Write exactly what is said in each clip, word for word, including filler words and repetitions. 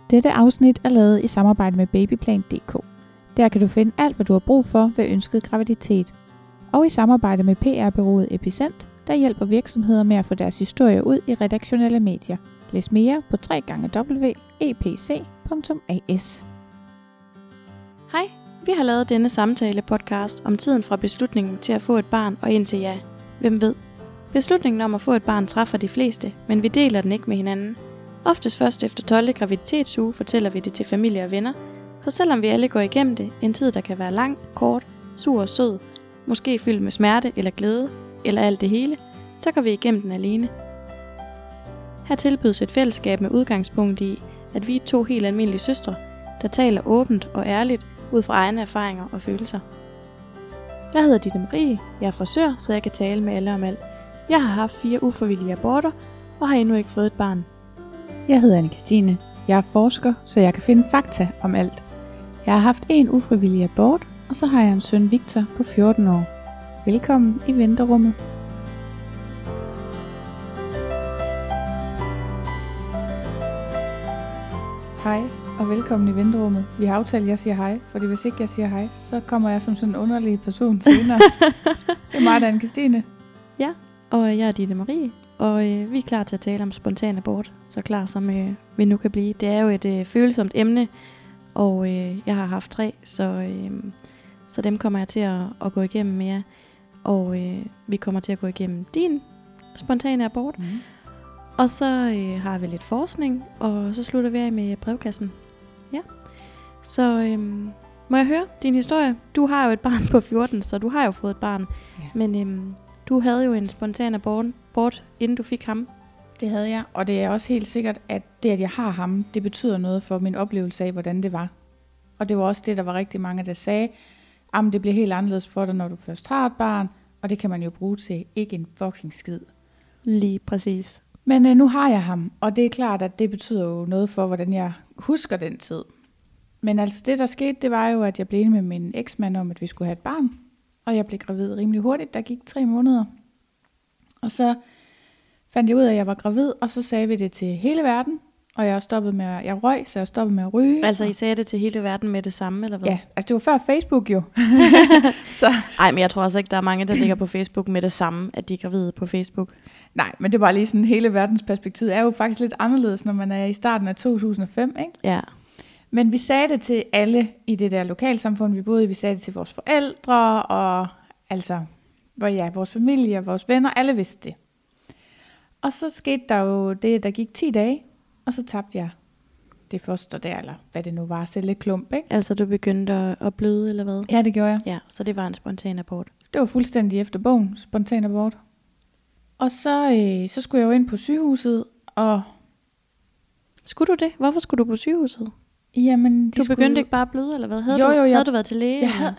Dette afsnit er lavet i samarbejde med babyplan punktum d k. Der kan du finde alt, hvad du har brug for ved ønsket graviditet. Og i samarbejde med P R-bureauet Epicent, der hjælper virksomheder med at få deres historier ud i redaktionelle medier. Læs mere på w w w punktum e p c punktum a s. Hej, vi har lavet denne samtale-podcast om tiden fra beslutningen til at få et barn og indtil ja. Hvem ved? Beslutningen om at få et barn træffer de fleste, men vi deler den ikke med hinanden. Oftest først efter tolvte graviditetsuge fortæller vi det til familie og venner, for selvom vi alle går igennem det, en tid der kan være lang, kort, sur og sød, måske fyldt med smerte eller glæde, eller alt det hele, så går vi igennem den alene. Her tilbydes et fællesskab med udgangspunkt i, at vi er to helt almindelige søstre, der taler åbent og ærligt ud fra egne erfaringer og følelser. Jeg hedder Ditte Marie, jeg er frisør, så jeg kan tale med alle om alt. Jeg har haft fire ufrivillige aborter og har endnu ikke fået et barn. Jeg hedder Anne-Kristine. Jeg er forsker, så jeg kan finde fakta om alt. Jeg har haft en ufrivillig abort, og så har jeg en søn Victor på fjorten år. Velkommen i venterummet. Hej og velkommen i venterummet. Vi har aftalt, at jeg siger hej, fordi hvis ikke jeg siger hej, så kommer jeg som sådan en underlig person senere. Det er mig, der er Anne-Kristine. Ja, og jeg er Ditte Marie, og øh, vi er klar til at tale om spontan abort, så klar som øh, vi nu kan blive. Det er jo et øh, følsomt emne, og øh, jeg har haft tre, så, øh, så dem kommer jeg til at, at gå igennem mere. Og øh, vi kommer til at gå igennem din spontane abort. Mm. Og så øh, har vi lidt forskning, og så slutter vi af med brevkassen. Ja. Så øh, må jeg høre din historie? Du har jo et barn på fjorten, så du har jo fået et barn. Ja. Men øh, du havde jo en spontan abort, inden du fik ham. Det havde jeg, og det er også helt sikkert, at det, at jeg har ham, det betyder noget for min oplevelse af, hvordan det var. Og det var også det, der var rigtig mange, der sagde, at det bliver helt anderledes for dig, når du først har et barn, og det kan man jo bruge til ikke en fucking skid. Lige præcis. Men øh, nu har jeg ham, og det er klart, at det betyder jo noget for, hvordan jeg husker den tid. Men altså det, der skete, det var jo, at jeg blev enig med min eksmand om, at vi skulle have et barn. Og jeg blev gravid rimelig hurtigt, der gik tre måneder. Og så fandt jeg ud af, at jeg var gravid, og så sagde vi det til hele verden. Og jeg stoppede med at, jeg røg, så jeg stoppede med at ryge. Altså I sagde det til hele verden med det samme, eller hvad? Ja, altså det var før Facebook jo. så. Ej, men jeg tror altså ikke, der er mange, der ligger på Facebook med det samme, at de er gravide på Facebook. Nej, men det var lige sådan, hele verdens perspektiv er jo faktisk lidt anderledes, når man er i starten af to tusind og fem, ikke? Ja. Men vi sagde det til alle i det der lokalsamfund, vi boede i. Vi sagde det til vores forældre, og altså, hvor ja, vores familie og vores venner, alle vidste det. Og så skete der jo det, der gik ti dage, og så tabte jeg det foster der, eller hvad det nu var, celleklump, ikke? Altså du begyndte at bløde, eller hvad? Ja, det gjorde jeg. Ja, så det var en spontan abort. Det var fuldstændig efter bogen, spontan abort. Og så, øh, så skulle jeg jo ind på sygehuset, og... Skulle du det? Hvorfor skulle du på sygehuset? Jamen, du begyndte skulle... ikke bare at bløde, eller hvad? Havde, jo, du, jo, jeg... havde du været til læge? Jeg havde...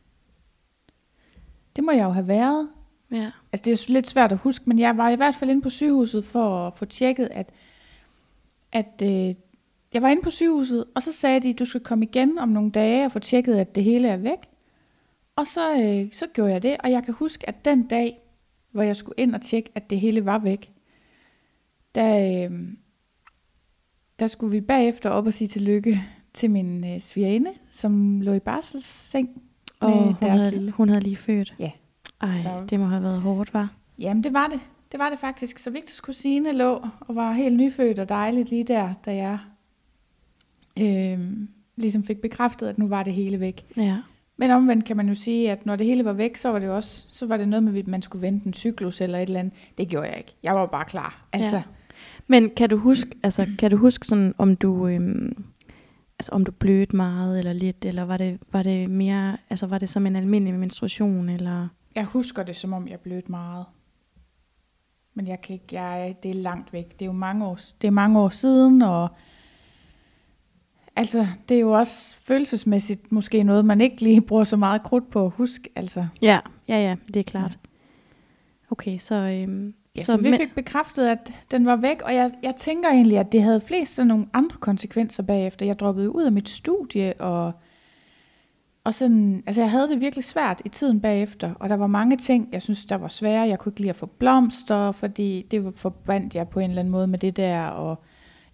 Det må jeg jo have været. Ja. Altså det er jo lidt svært at huske, men jeg var i hvert fald inde på sygehuset for at få tjekket, at, at øh, jeg var inde på sygehuset, og så sagde de, du skal komme igen om nogle dage og få tjekket, at det hele er væk. Og så, øh, så gjorde jeg det, og jeg kan huske, at den dag, hvor jeg skulle ind og tjekke, at det hele var væk, der, øh, der skulle vi bagefter op og sige tillykke til min øh, svigerinde, som lå i barselsseng. Og hun havde, hun havde lige født. Ja. Ej, så. Det må have været hårdt, var? Jamen, det var det. Det var det faktisk. Så Victors kusine lå og var helt nyfødt og dejligt lige der, da jeg øh, ligesom fik bekræftet, at nu var det hele væk. Ja. Men omvendt kan man jo sige, at når det hele var væk, så var det også, så var det noget med, at man skulle vente en cyklus eller et eller andet. Det gjorde jeg ikke. Jeg var bare klar. Altså. Ja. Men kan du huske, altså, kan du huske sådan, om du... Øhm Altså om du blødte meget eller lidt, eller var det, var det mere, altså var det som en almindelig menstruation, eller? Jeg husker det, som om jeg blødte meget. Men jeg kan ikke, jeg, det er langt væk. Det er jo mange år, det er mange år siden, og altså, det er jo også følelsesmæssigt måske noget, man ikke lige bruger så meget krudt på at huske, altså. Ja, ja, ja, det er klart. Okay, så... Øhm Ja, så, så vi fik bekræftet, at den var væk, og jeg, jeg tænker egentlig, at det havde flest sådan nogle andre konsekvenser bagefter. Jeg droppede ud af mit studie, og, og sådan, altså jeg havde det virkelig svært i tiden bagefter, og der var mange ting, jeg synes, der var svære. Jeg kunne ikke lide at få blomster, fordi det forbandt jeg på en eller anden måde med det der, og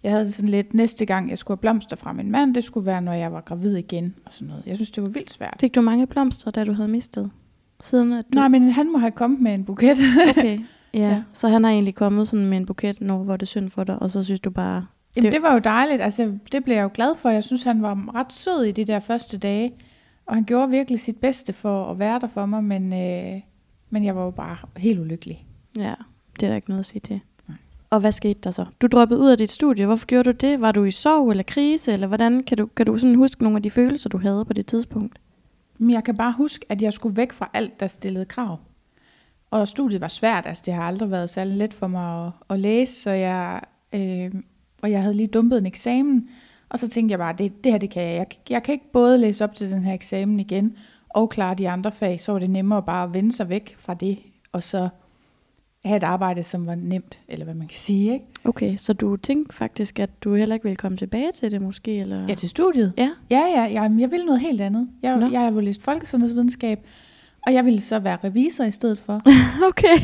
jeg havde sådan lidt, næste gang jeg skulle have blomster fra min mand, det skulle være, når jeg var gravid igen, og sådan noget. Jeg synes, det var vildt svært. Fik du mange blomster, da du havde mistet? Siden at du... Nej, men han må have kommet med en buket. Okay, ja. Ja. Så han har egentlig kommet sådan med en buket, når hvor det er synd for dig, og så synes du bare... Jamen, det var jo dejligt. Altså, det blev jeg jo glad for. Jeg synes, han var ret sød i de der første dage. Og han gjorde virkelig sit bedste for at være der for mig, men, øh, men jeg var jo bare helt ulykkelig. Ja, det er der ikke noget at sige til. Nej. Og hvad skete der så? Du droppede ud af dit studie. Hvorfor gjorde du det? Var du i sorg eller krise? Eller hvordan kan du, kan du sådan huske nogle af de følelser, du havde på det tidspunkt? Men jeg kan bare huske, at jeg skulle væk fra alt, der stillede krav. Og studiet var svært. Altså, det har aldrig været særlig let for mig at, at læse, så jeg, øh, og jeg havde lige dumpet en eksamen. Og så tænkte jeg bare, det, det her det kan jeg. jeg. Jeg kan ikke både læse op til den her eksamen igen, og klare de andre fag. Så var det nemmere bare at vende sig væk fra det, og så have et arbejde, som var nemt, eller hvad man kan sige, ikke? Okay, så du tænkte faktisk, at du heller ikke ville komme tilbage til det måske? Eller? Ja, til studiet? Ja. Ja, ja, jeg, jeg ville noget helt andet. Jeg, Nå. jeg har jo læst folkesundhedsvidenskab, og jeg ville så være revisor i stedet for. Okay.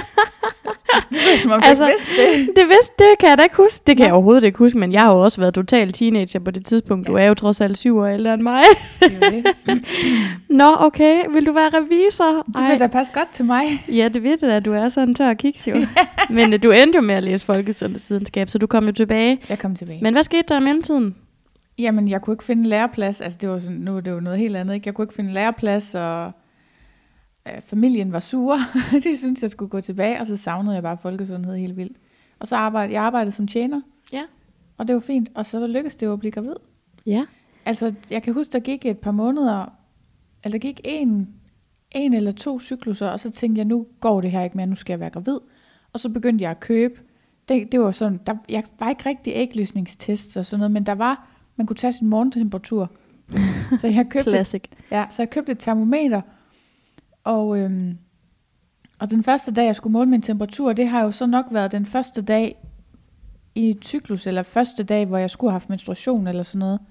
Det er som om du Altså, ikke vidste det. Det vidste, det kan jeg da ikke huske. Det kan Nå. jeg overhovedet ikke huske, men jeg har jo også været total teenager på det tidspunkt. Du Ja. er jo trods alt syv år ældre end mig. Det er jo det. Nå, okay. Vil du være revisor? Det vil da passe godt til mig. Ja, det ved det da. Du er sådan en tør kiks jo. Men uh, du endte jo med at læse folkesundhedsvidenskab, så du kom jo tilbage. Jeg kom tilbage. Men hvad skete der i mellemtiden? Jamen, jeg kunne ikke finde en læreplads. Altså, det var sådan, nu er det jo noget helt andet, ikke? Jeg kunne ikke finde en læreplads, og øh, familien var sure. De syntes, jeg skulle gå tilbage, og så savnede jeg bare folkesundhed helt vildt. Og så arbejdede jeg arbejdede som tjener, Ja. og det var fint. Og så lykkedes det jo at blive gravid. Ja. Altså, jeg kan huske, der gik et par måneder, eller der gik en, en eller to cykluser, og så tænkte jeg, nu går det her ikke mere, nu skal jeg være gravid. Og så begyndte jeg at købe. Det, det var sådan, der, jeg var ikke rigtig ægløsningstest og sådan noget, men der var, man kunne tage sin morgentemperatur. Så jeg købte, Classic. ja, så jeg købte et termometer, og, øhm, og den første dag, jeg skulle måle min temperatur, det har jo så nok været den første dag i et cyklus, eller første dag, hvor jeg skulle have haft menstruation eller sådan noget.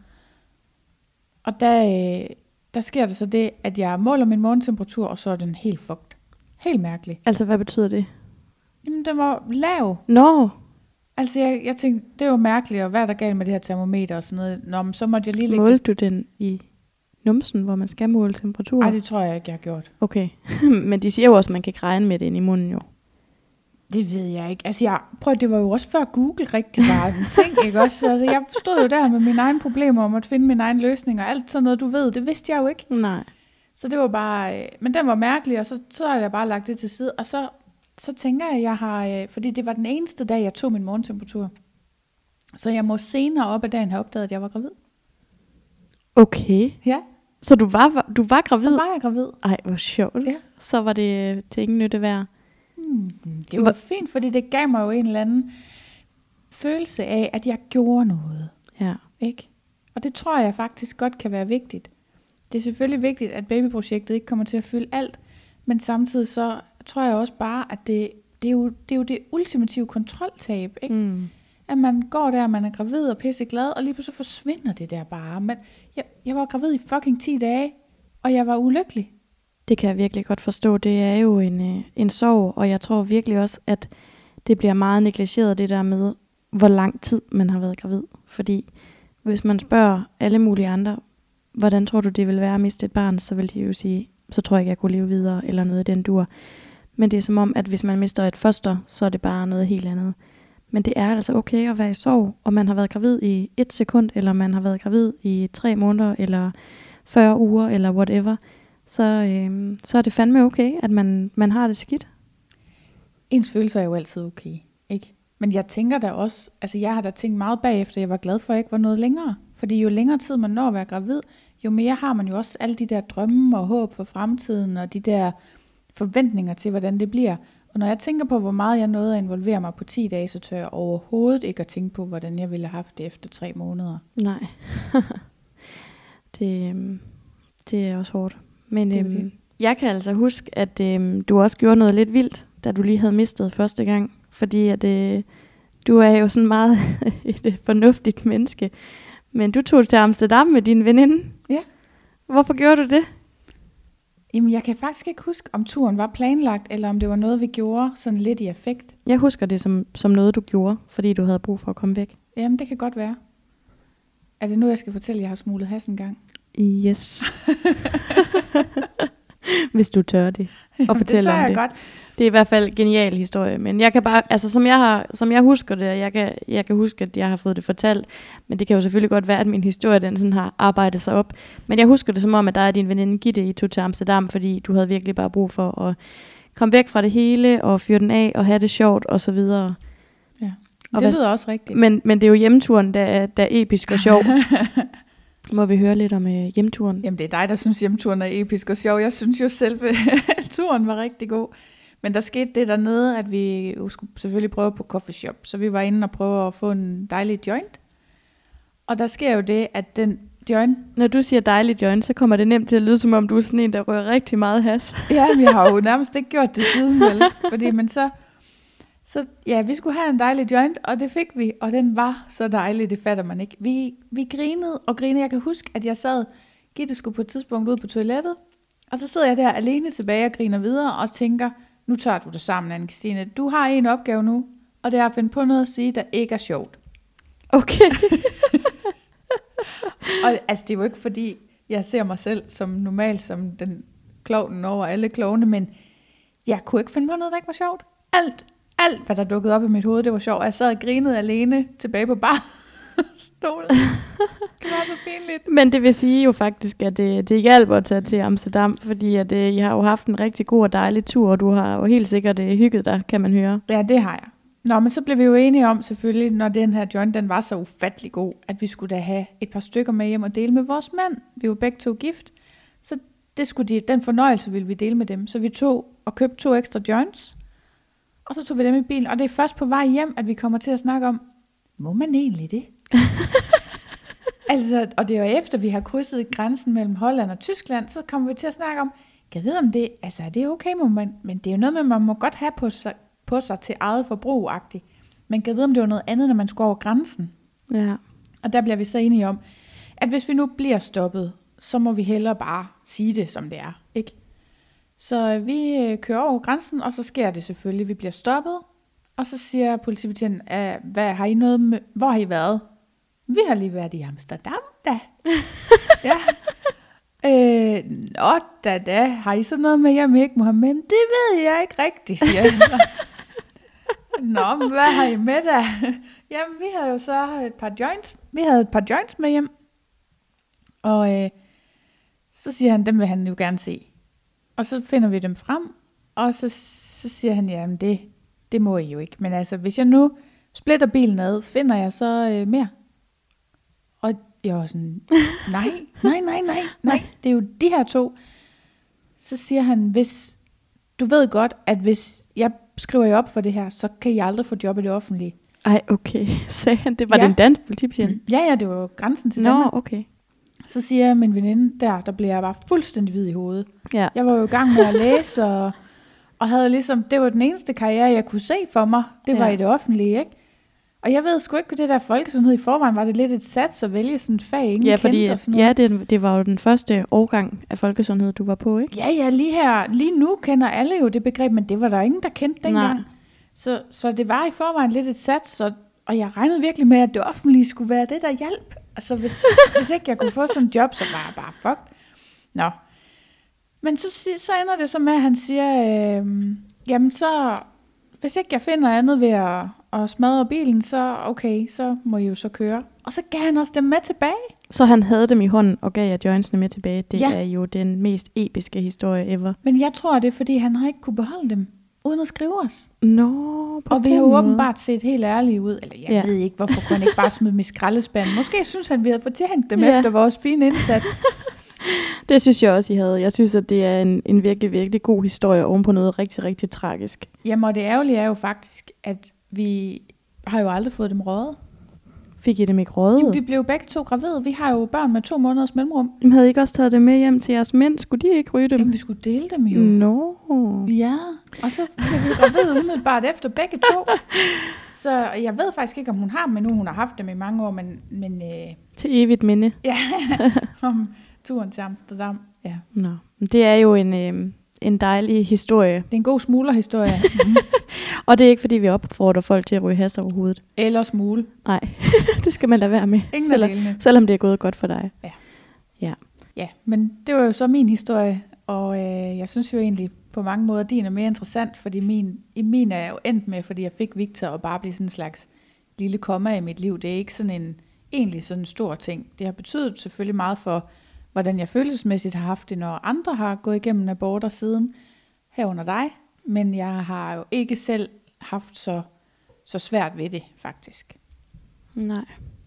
Og der, øh, der sker det så det, at jeg måler min morgentemperatur, og så er den helt fucked. Helt mærkelig. Altså, hvad betyder det? Jamen, den var lav. Nå. Altså, jeg, jeg tænkte, det er jo mærkeligt, og hvad er der galt med det her termometer og sådan noget. Nå, men så måtte jeg lige lægge... Målte du den i numsen, hvor man skal måle temperatur? Nej, det tror jeg ikke, jeg har gjort. Okay. Men de siger jo også, at man kan ikke regne med det ind i munden jo. Det ved jeg ikke. Altså, jeg, prøv, det var jo også før Google rigtig var en ting, ikke også? Altså, jeg stod jo der med mine egne problemer om at finde min egen løsning, og alt sådan noget, du ved, det vidste jeg jo ikke. Nej. Så det var bare... Men den var mærkelig, og så, så har jeg bare lagt det til side, og så... Så tænker jeg, jeg har, fordi det var den eneste dag, jeg tog min morgentemperatur. Så jeg må senere op ad dagen have opdaget, at jeg var gravid. Okay. Ja, Så du var, du var gravid? så var jeg gravid. Ej, hvor sjovt. Ja. Så var det til ingen nytte værd. Hmm, det var fint, fordi det gav mig jo en eller anden følelse af, at jeg gjorde noget. Ja. Ikke? Og det tror jeg faktisk godt kan være vigtigt. Det er selvfølgelig vigtigt, at babyprojektet ikke kommer til at fylde alt, men samtidig så tror jeg også bare, at det, det, er, jo, det er jo det ultimative kontroltab, ikke? Mm. At man går der, man er gravid og pisseglad, og lige pludselig forsvinder det der bare. Men jeg, jeg var gravid i fucking ti dage, og jeg var ulykkelig. Det kan jeg virkelig godt forstå. Det er jo en, en sorg, og jeg tror virkelig også, at det bliver meget negligeret, det der med, hvor lang tid man har været gravid. Fordi hvis man spørger alle mulige andre, hvordan tror du, det vil være at miste et barn, så vil de jo sige, så tror jeg ikke, jeg kunne leve videre, eller noget af den dur. Men det er som om, at hvis man mister et foster, så er det bare noget helt andet. Men det er altså okay at være i sorg, og man har været gravid i et sekund, eller man har været gravid i tre måneder, eller fyrre uger, eller whatever. Så, øhm, så er det fandme okay, at man, man har det skidt. Ens følelser er jo altid okay, ikke? Men jeg tænker da også, altså jeg har da tænkt meget bagefter, jeg var glad for, at jeg ikke var noget længere. Fordi jo længere tid man når at være gravid, jo mere har man jo også alle de der drømme og håb for fremtiden, og de der forventninger til, hvordan det bliver. Og når jeg tænker på, hvor meget jeg nåede at involvere mig på ti dage, så tør jeg overhovedet ikke at tænke på, hvordan jeg ville have haft det efter tre måneder. Nej. det, øhm, det er også hårdt. Men Det er øhm, det. jeg kan altså huske, at øhm, du også gjorde noget lidt vildt, da du lige havde mistet første gang. Fordi at, øh, du er jo sådan meget et fornuftigt menneske. Men du tog til Amsterdam med din veninde. Ja. Hvorfor gjorde du det? Jamen, jeg kan faktisk ikke huske, om turen var planlagt, eller om det var noget, vi gjorde sådan lidt i affekt. Jeg husker det som, som noget, du gjorde, fordi du havde brug for at komme væk. Jamen, det kan godt være. Er det nu, jeg skal fortælle, at jeg har smuglet hash en gang? Yes. Hvis du tør det. Og fortælle det om det. Godt. Det er i hvert fald en genial historie. Men jeg kan bare, altså som jeg, har, som jeg husker det, og jeg kan, jeg kan huske, at jeg har fået det fortalt. Men det kan jo selvfølgelig godt være, at min historie den sådan har arbejdet sig op. Men jeg husker det som om, at dig og din veninde Gitte, I tog til Amsterdam, fordi du havde virkelig bare brug for at komme væk fra det hele, og fyre den af, og have det sjovt, og så videre. Ja, og det hvad, lyder også rigtigt. Men, men det er jo hjemturen, der er, der er episk og sjov. Må vi høre lidt om øh, hjemturen? Jamen, det er dig, der synes, hjemturen er episk og sjov. Jeg synes jo selve turen var rigtig god. Men der skete det dernede, at vi skulle selvfølgelig prøve på coffee shop. Så vi var inde og prøve at få en dejlig joint. Og der sker jo det, at den joint... Når du siger dejlig joint, så kommer det nemt til at lyde, som om du er sådan en, der rører rigtig meget hash. Ja, vi har jo nærmest ikke gjort det siden, vel? Fordi, men så... Så ja, vi skulle have en dejlig joint, og det fik vi, og den var så dejlig, det fatter man ikke. Vi, vi grinede og grinede. Jeg kan huske, at jeg sad, Gitte skulle på et tidspunkt ud på toilettet, og så sidder jeg der alene tilbage og griner videre og tænker, nu tager du det sammen, Anne-Kristine. Du har en opgave nu, og det er at finde på noget at sige, der ikke er sjovt. Okay. Og altså, det er jo ikke fordi, jeg ser mig selv som normalt som den klovnen over alle klovne, men jeg kunne ikke finde på noget, der ikke var sjovt. Alt, alt hvad der dukkede op i mit hoved, det var sjovt. Jeg sad og grinede alene tilbage på barstolen. Det var så pinligt. Men det vil sige jo faktisk, at det, det ikke er alt at tage til Amsterdam, fordi at, I har jo haft en rigtig god og dejlig tur, og du har jo helt sikkert hygget dig, kan man høre. Ja, det har jeg. Nå, men så blev vi jo enige om selvfølgelig, når den her joint, den var så ufattelig god, at vi skulle da have et par stykker med hjem og dele med vores mand. Vi var begge to gift, så det skulle de, den fornøjelse ville vi dele med dem. Så vi tog og købte to ekstra joints, og så tog vi dem i bilen. Og det er først på vej hjem, at vi kommer til at snakke om, må man egentlig det? altså, og det er jo efter, vi har krydset grænsen mellem Holland og Tyskland, så kommer vi til at snakke om, kan jeg vide om det, altså er det okay, må man, men det er jo noget med, man må godt have på sig, på sig til eget forbrug-agtigt. Man kan vide, om det var noget andet, når man skulle over grænsen. Ja. Og der bliver vi så enige om, at hvis vi nu bliver stoppet, så må vi hellere bare sige det, som det er, ikke? Så vi kører over grænsen, og så sker det selvfølgelig. Vi bliver stoppet, og så siger politibetjenten, hvad har I noget med, hvor har I været? Vi har lige været i Amsterdam, da. ja. Øh, nå, da, da, har I så noget med hjem, ikke, Mohammed? Det ved jeg ikke rigtigt, siger jeg. Nå, men hvad har I med da? Jamen, vi havde jo så et par joints. Vi havde et par joints med hjem. Og øh, så siger han, dem vil han jo gerne se. Og så finder vi dem frem, og så, så siger han, jamen det, det må I jo ikke. Men altså, hvis jeg nu splitter bilen ad, finder jeg så øh, mere? Og jeg var sådan, nej, nej, nej, nej, nej, det er jo de her to. Så siger han, hvis du ved godt, at hvis jeg skriver jer op for det her, så kan I aldrig få job i det offentlige. Ej, okay, sagde han. Det var ja. Den danske politibetjent? Ja, ja, det var jo grænsen til Nå, Danmark. okay. Så siger jeg, min veninde, der, der blev jeg bare fuldstændig hvid i hovedet. Ja. Jeg var jo i gang med at læse, og, og havde ligesom, det var den eneste karriere, jeg kunne se for mig. Det var ja. i det offentlige, ikke? Og jeg ved sgu ikke, det der folkesundhed i forvejen, var det lidt et sats at vælge sådan et fag, ingen ja, fordi, kendte og sådan noget. Ja, det, det var jo den første årgang af folkesundhed, du var på, ikke? Ja, ja, lige her, lige nu kender alle jo det begreb, men det var der ingen, der kendte dengang. Så, så det var i forvejen lidt et sats, så, og jeg regnede virkelig med, at det offentlige skulle være det, der hjalp. Altså, hvis, hvis ikke jeg kunne få sådan en job, så var jeg bare fucked. Nå. Men så, så ender det så med, at han siger, øh, jamen så, hvis ikke jeg finder andet ved at, at smadre bilen, så okay, så må I jo så køre. Og så gav han også dem med tilbage. Så han havde dem i hånden og gav jer jointsene med tilbage. Det ja. er jo den mest episke historie ever. Men jeg tror, det er, fordi han har ikke kunne beholde dem, uden at skrive os. Nå, på og vi har jo åbenbart set helt ærlige ud. Eller jeg ja. ved ikke, hvorfor kunne han ikke bare smide dem i skraldespanden. Måske synes han, vi havde fortjent dem ja. efter vores fine indsats. Det synes jeg også, I havde. Jeg synes, at det er en, en virkelig, virkelig god historie oven på noget rigtig, rigtig tragisk. Jamen, og det ærgerlige er jo faktisk, at vi har jo aldrig fået dem røget. Fik I dem ikke røget? Jamen, vi blev begge to gravide. Vi har jo børn med to måneders mellemrum. Jamen, havde I ikke også taget dem med hjem til jeres mænd? Skulle de ikke ryge dem? Jamen, vi skulle dele dem jo. Nå. Ja, og så blev vi gravide umiddelbart efter begge to. Så jeg ved faktisk ikke, om hun har dem endnu. Hun har haft dem i mange år, men... men øh... til evigt minde. Ja, om turen til Amsterdam. Ja. Nå, det er jo en... Øh... en dejlig historie. Det er en god smuglerhistorie. Og det er ikke, fordi vi opfordrer folk til at ryge hash over hovedet. Eller smule. Nej, det skal man lade være med. Ingen selvom, selvom det er gået godt for dig. Ja. Ja. Ja, men det var jo så min historie, og øh, jeg synes jo egentlig på mange måder, din er mere interessant, fordi min, i min er jo endt med, fordi jeg fik Victor og bare blive sådan en slags lille komma i mit liv. Det er ikke sådan en egentlig sådan en stor ting. Det har betydet selvfølgelig meget for, hvordan jeg følelsesmæssigt har haft det, når andre har gået igennem aborter siden, herunder dig, men jeg har jo ikke selv haft så, så svært ved det, faktisk. Nej.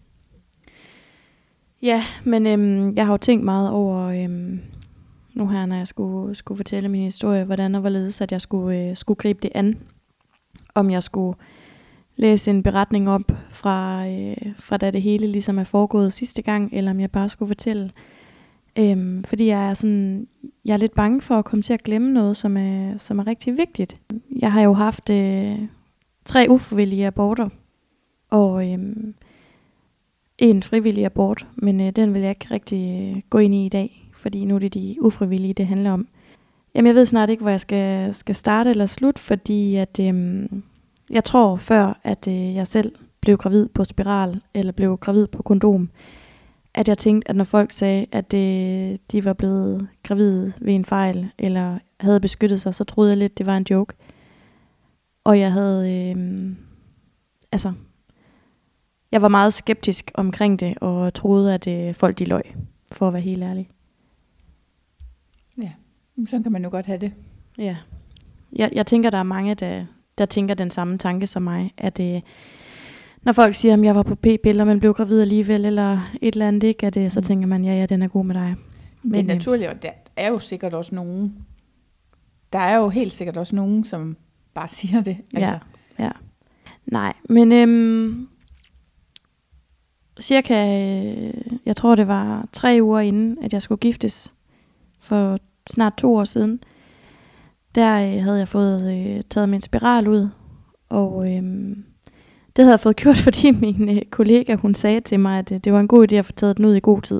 Ja, men øhm, jeg har jo tænkt meget over, øhm, nu her, når jeg skulle, skulle fortælle min historie, hvordan og hvorledes, at jeg skulle, øh, skulle gribe det an. Om jeg skulle læse en beretning op fra, øh, fra da det hele ligesom er foregået sidste gang, eller om jeg bare skulle fortælle. Øhm, fordi jeg er, sådan, jeg er lidt bange for at komme til at glemme noget, som er, som er rigtig vigtigt. Jeg har jo haft øh, tre ufrivillige aborter, og øhm, en frivillig abort, men øh, den vil jeg ikke rigtig øh, gå ind i i dag, fordi nu er det de ufrivillige, det handler om. Jamen jeg ved snart ikke, hvor jeg skal, skal starte eller slutte, fordi at, øh, jeg tror før, at øh, jeg selv blev gravid på spiral, eller blev gravid på kondom, at jeg tænkte, at når folk sagde, at øh, de var blevet gravide ved en fejl, eller havde beskyttet sig, så troede jeg lidt, det var en joke. Og jeg havde, øh, altså, jeg var meget skeptisk omkring det, og troede, at øh, folk de løg, for at være helt ærlig. Ja, sådan kan man jo godt have det. Ja, jeg, jeg tænker, der er mange, der, der tænker den samme tanke som mig, at øh, når folk siger, at jeg var på p-piller, men blev gravid alligevel, eller et eller andet, ikke, at det, så tænker man, ja, ja, den er god med dig. Men det er naturligt, og der er jo sikkert også nogen, der er jo helt sikkert også nogen, som bare siger det. Altså. Ja, ja. Nej, men øhm, cirka, jeg tror det var tre uger inden, at jeg skulle giftes, for snart to år siden, der øh, havde jeg fået øh, taget min spiral ud, og øhm, det havde jeg fået gjort, fordi min øh, kollega, hun sagde til mig, at øh, det var en god idé at få taget den ud i god tid.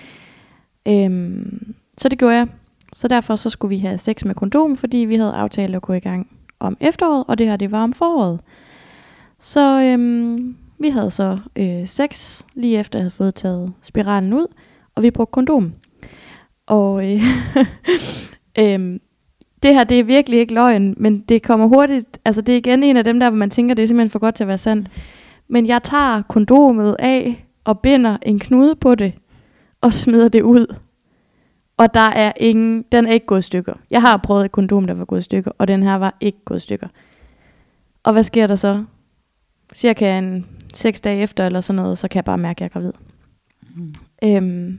Øhm, så det gjorde jeg. Så derfor så skulle vi have sex med kondom, fordi vi havde aftalt at gå i gang om efteråret, og det her det var om foråret. Så øhm, vi havde så øh, sex, lige efter jeg havde fået taget spiralen ud, og vi brugte kondom. Og øh, øh, det her, det er virkelig ikke løgn, men det kommer hurtigt, altså det er igen en af dem der, hvor man tænker, det er simpelthen for godt til at være sandt. Men jeg tager kondomet af, og binder en knude på det, og smider det ud. Og der er ingen, den er ikke gået i stykker. Jeg har prøvet et kondom, der var gået i stykker, og den her var ikke gået i stykker. Og hvad sker der så? Cirka en seks dage efter, eller sådan noget, så kan jeg bare mærke, at jeg er gravid. Mm. Øhm,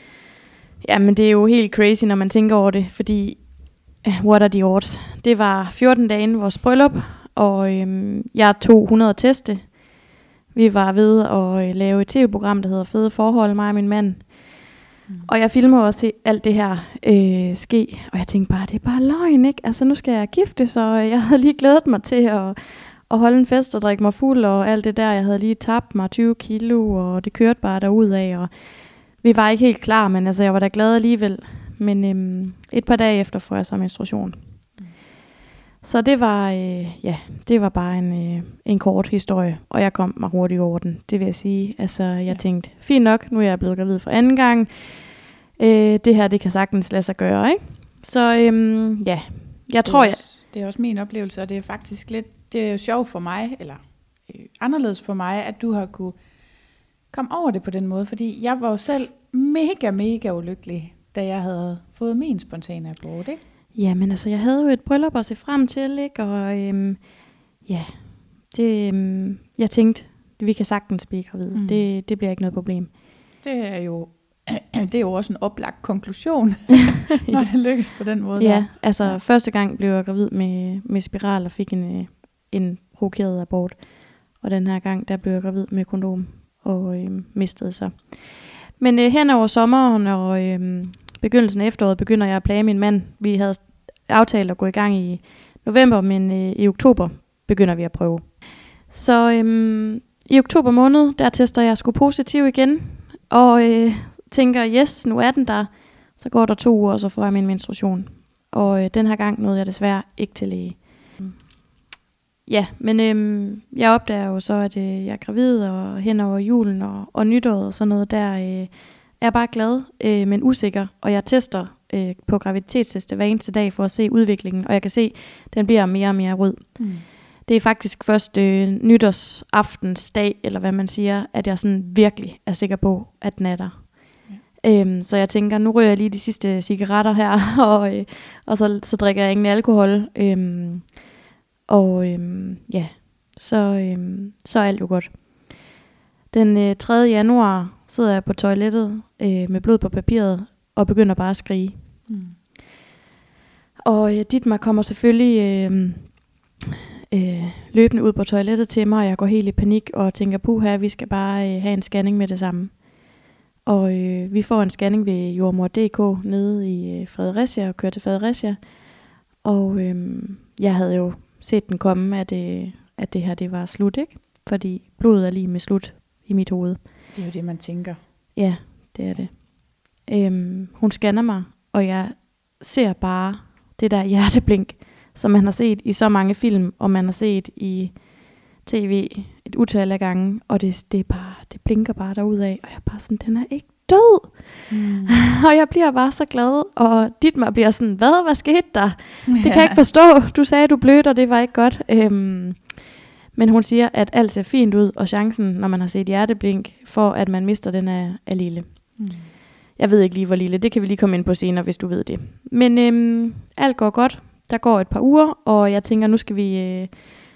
ja, men det er jo helt crazy, når man tænker over det, fordi what are the odds? Det var fjorten dage inden vores bryllup, og øhm, jeg tog hundrede teste. Vi var ved at øh, lave et tv-program, der hedder Fede Forhold, mig og min mand. Mm. Og jeg filmer også alt det her øh, ske, og jeg tænkte bare, det er bare løgn, ikke? Altså nu skal jeg gifte, så jeg havde lige glædet mig til at, at holde en fest og drikke mig fuld, og alt det der. Jeg havde lige tabt mig tyve kilo, og det kørte bare derudad, og vi var ikke helt klar, men altså jeg var da glad alligevel. Men øhm, et par dage efter får jeg så menstruation. Mm. Så det var, øh, ja, det var bare en, øh, en kort historie, og jeg kom mig hurtigt over den, det vil jeg sige. Altså jeg ja. tænkte, fint nok, nu er jeg blevet gravid for anden gang. Øh, det her, det kan sagtens lade sig gøre, ikke? Så øhm, ja, jeg tror, jeg... Det er også min oplevelse, og det er faktisk lidt, det er jo sjovt for mig, eller øh, anderledes for mig, at du har kunne komme over det på den måde, fordi jeg var jo selv mega, mega ulykkelig, da jeg havde fået min spontane abort, ikke? Ja, men altså, jeg havde jo et bryllup at se frem til, ikke? Og øhm, ja, det, øhm, jeg tænkte, vi kan sagtens blive gravide. Mm. Det, det bliver ikke noget problem. Det er jo, det er jo også en oplagt konklusion, når det lykkes på den måde. Ja, der. altså ja. Første gang blev jeg gravid med, med spiral og fik en, en provokeret abort. Og den her gang, der blev jeg gravid med kondom og øhm, mistede så. Men øh, hen over sommeren og øhm, begyndelsen af efteråret begynder jeg at plage min mand. Vi havde aftalt at gå i gang i november, men øh, i oktober begynder vi at prøve. Så øhm, i oktober måned, der tester jeg sgu positiv igen, og øh, tænker, yes, nu er den der. Så går der to uger, og så får jeg min menstruation. Og øh, den her gang nåede jeg desværre ikke til læge. ja, men øhm, jeg opdager jo så, at øh, jeg er gravid, og hen over julen og, og nytåret og sådan noget, der øh, er jeg bare glad, øh, men usikker, og jeg tester øh, på graviditetsteste hver eneste dag for at se udviklingen, og jeg kan se, at den bliver mere og mere rød. Mm. Det er faktisk først øh, nytårsaftensdag, eller hvad man siger, at jeg sådan virkelig er sikker på, at den er der. Ja. Øhm, så jeg tænker, nu ryger jeg lige de sidste cigaretter her, og, øh, og så, så drikker jeg ingen alkohol. Øhm, og øhm, ja, så, øhm, så er alt jo godt. Den øh, tredje januar sidder jeg på toilettet øh, med blod på papiret, og begynder bare at skrige. Mm. Og øh, Dietmar kommer selvfølgelig øh, øh, løbende ud på toilettet til mig, og jeg går helt i panik og tænker, puha, vi skal bare øh, have en scanning med det samme. Og øh, vi får en scanning ved Jordmor punktum d k nede i øh, Fredericia, og kører til Fredericia. Og øh, jeg havde jo set den komme, at, øh, at det her det var slut, ikke? Fordi blodet er lige med slut i mit hoved. Det er jo det, man tænker. Ja, det er det. Øhm, hun scanner mig, og jeg ser bare det der hjerteblink, som man har set i så mange film, og man har set i tv et utal af gange, og det, det, er bare, det blinker bare derudad, og jeg er bare sådan, den er ikke død. Mm. Og jeg bliver bare så glad, og Dietmar bliver sådan, hvad, hvad skete der? Ja. Det kan jeg ikke forstå. Du sagde, du blødte, og det var ikke godt. Øhm, men hun siger, at alt ser fint ud, og chancen, når man har set hjerteblink, for at man mister den, er, er lille. Mm. Jeg ved ikke lige, hvor lille. Det kan vi lige komme ind på senere, hvis du ved det. Men øhm, alt går godt. Der går et par uger, og jeg tænker, nu skal vi, øh,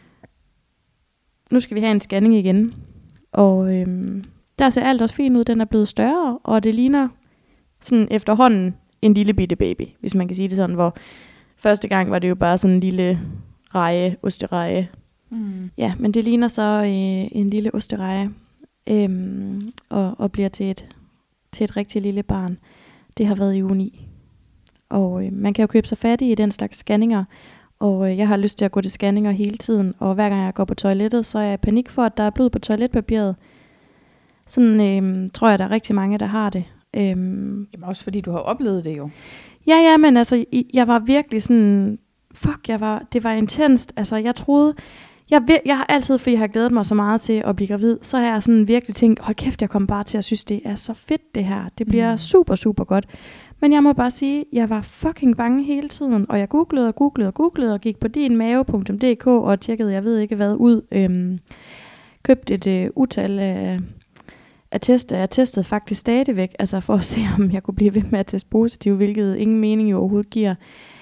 nu skal vi have en scanning igen. Og øhm, der ser alt også fint ud. Den er blevet større, og det ligner sådan efterhånden en lille bitte baby, hvis man kan sige det sådan. Hvor første gang var det jo bare sådan en lille reje, ostereje. Mm. Ja, men det ligner så øh, en lille ostereje, øhm, og, og bliver til et, til et rigtig lille barn. Det har været i uge ni. Og øh, man kan jo købe sig fat i den slags scanninger, og øh, jeg har lyst til at gå til scanninger hele tiden, og hver gang jeg går på toilettet, så er jeg i panik for, at der er blod på toiletpapiret. Sådan øh, tror jeg, der er rigtig mange, der har det. Øhm, Jamen også fordi du har oplevet det jo. Ja, ja, men altså, jeg var virkelig sådan, fuck, jeg var, det var intenst. Altså, jeg troede, jeg, jeg har altid, fordi jeg har glædet mig så meget til at blive gravid, så har jeg sådan virkelig tænkt, hold kæft, jeg kommer bare til at synes, det er så fedt det her. Det bliver mm. super, super godt. Men jeg må bare sige, jeg var fucking bange hele tiden, og jeg googlede og googlede og googlede, og gik på din mave punktum d k og tjekkede, jeg ved ikke hvad, ud. Øhm, købte et øh, utal af, af tester. Jeg testede faktisk stadigvæk, altså for at se, om jeg kunne blive ved med at teste positiv, hvilket ingen mening jo overhovedet giver.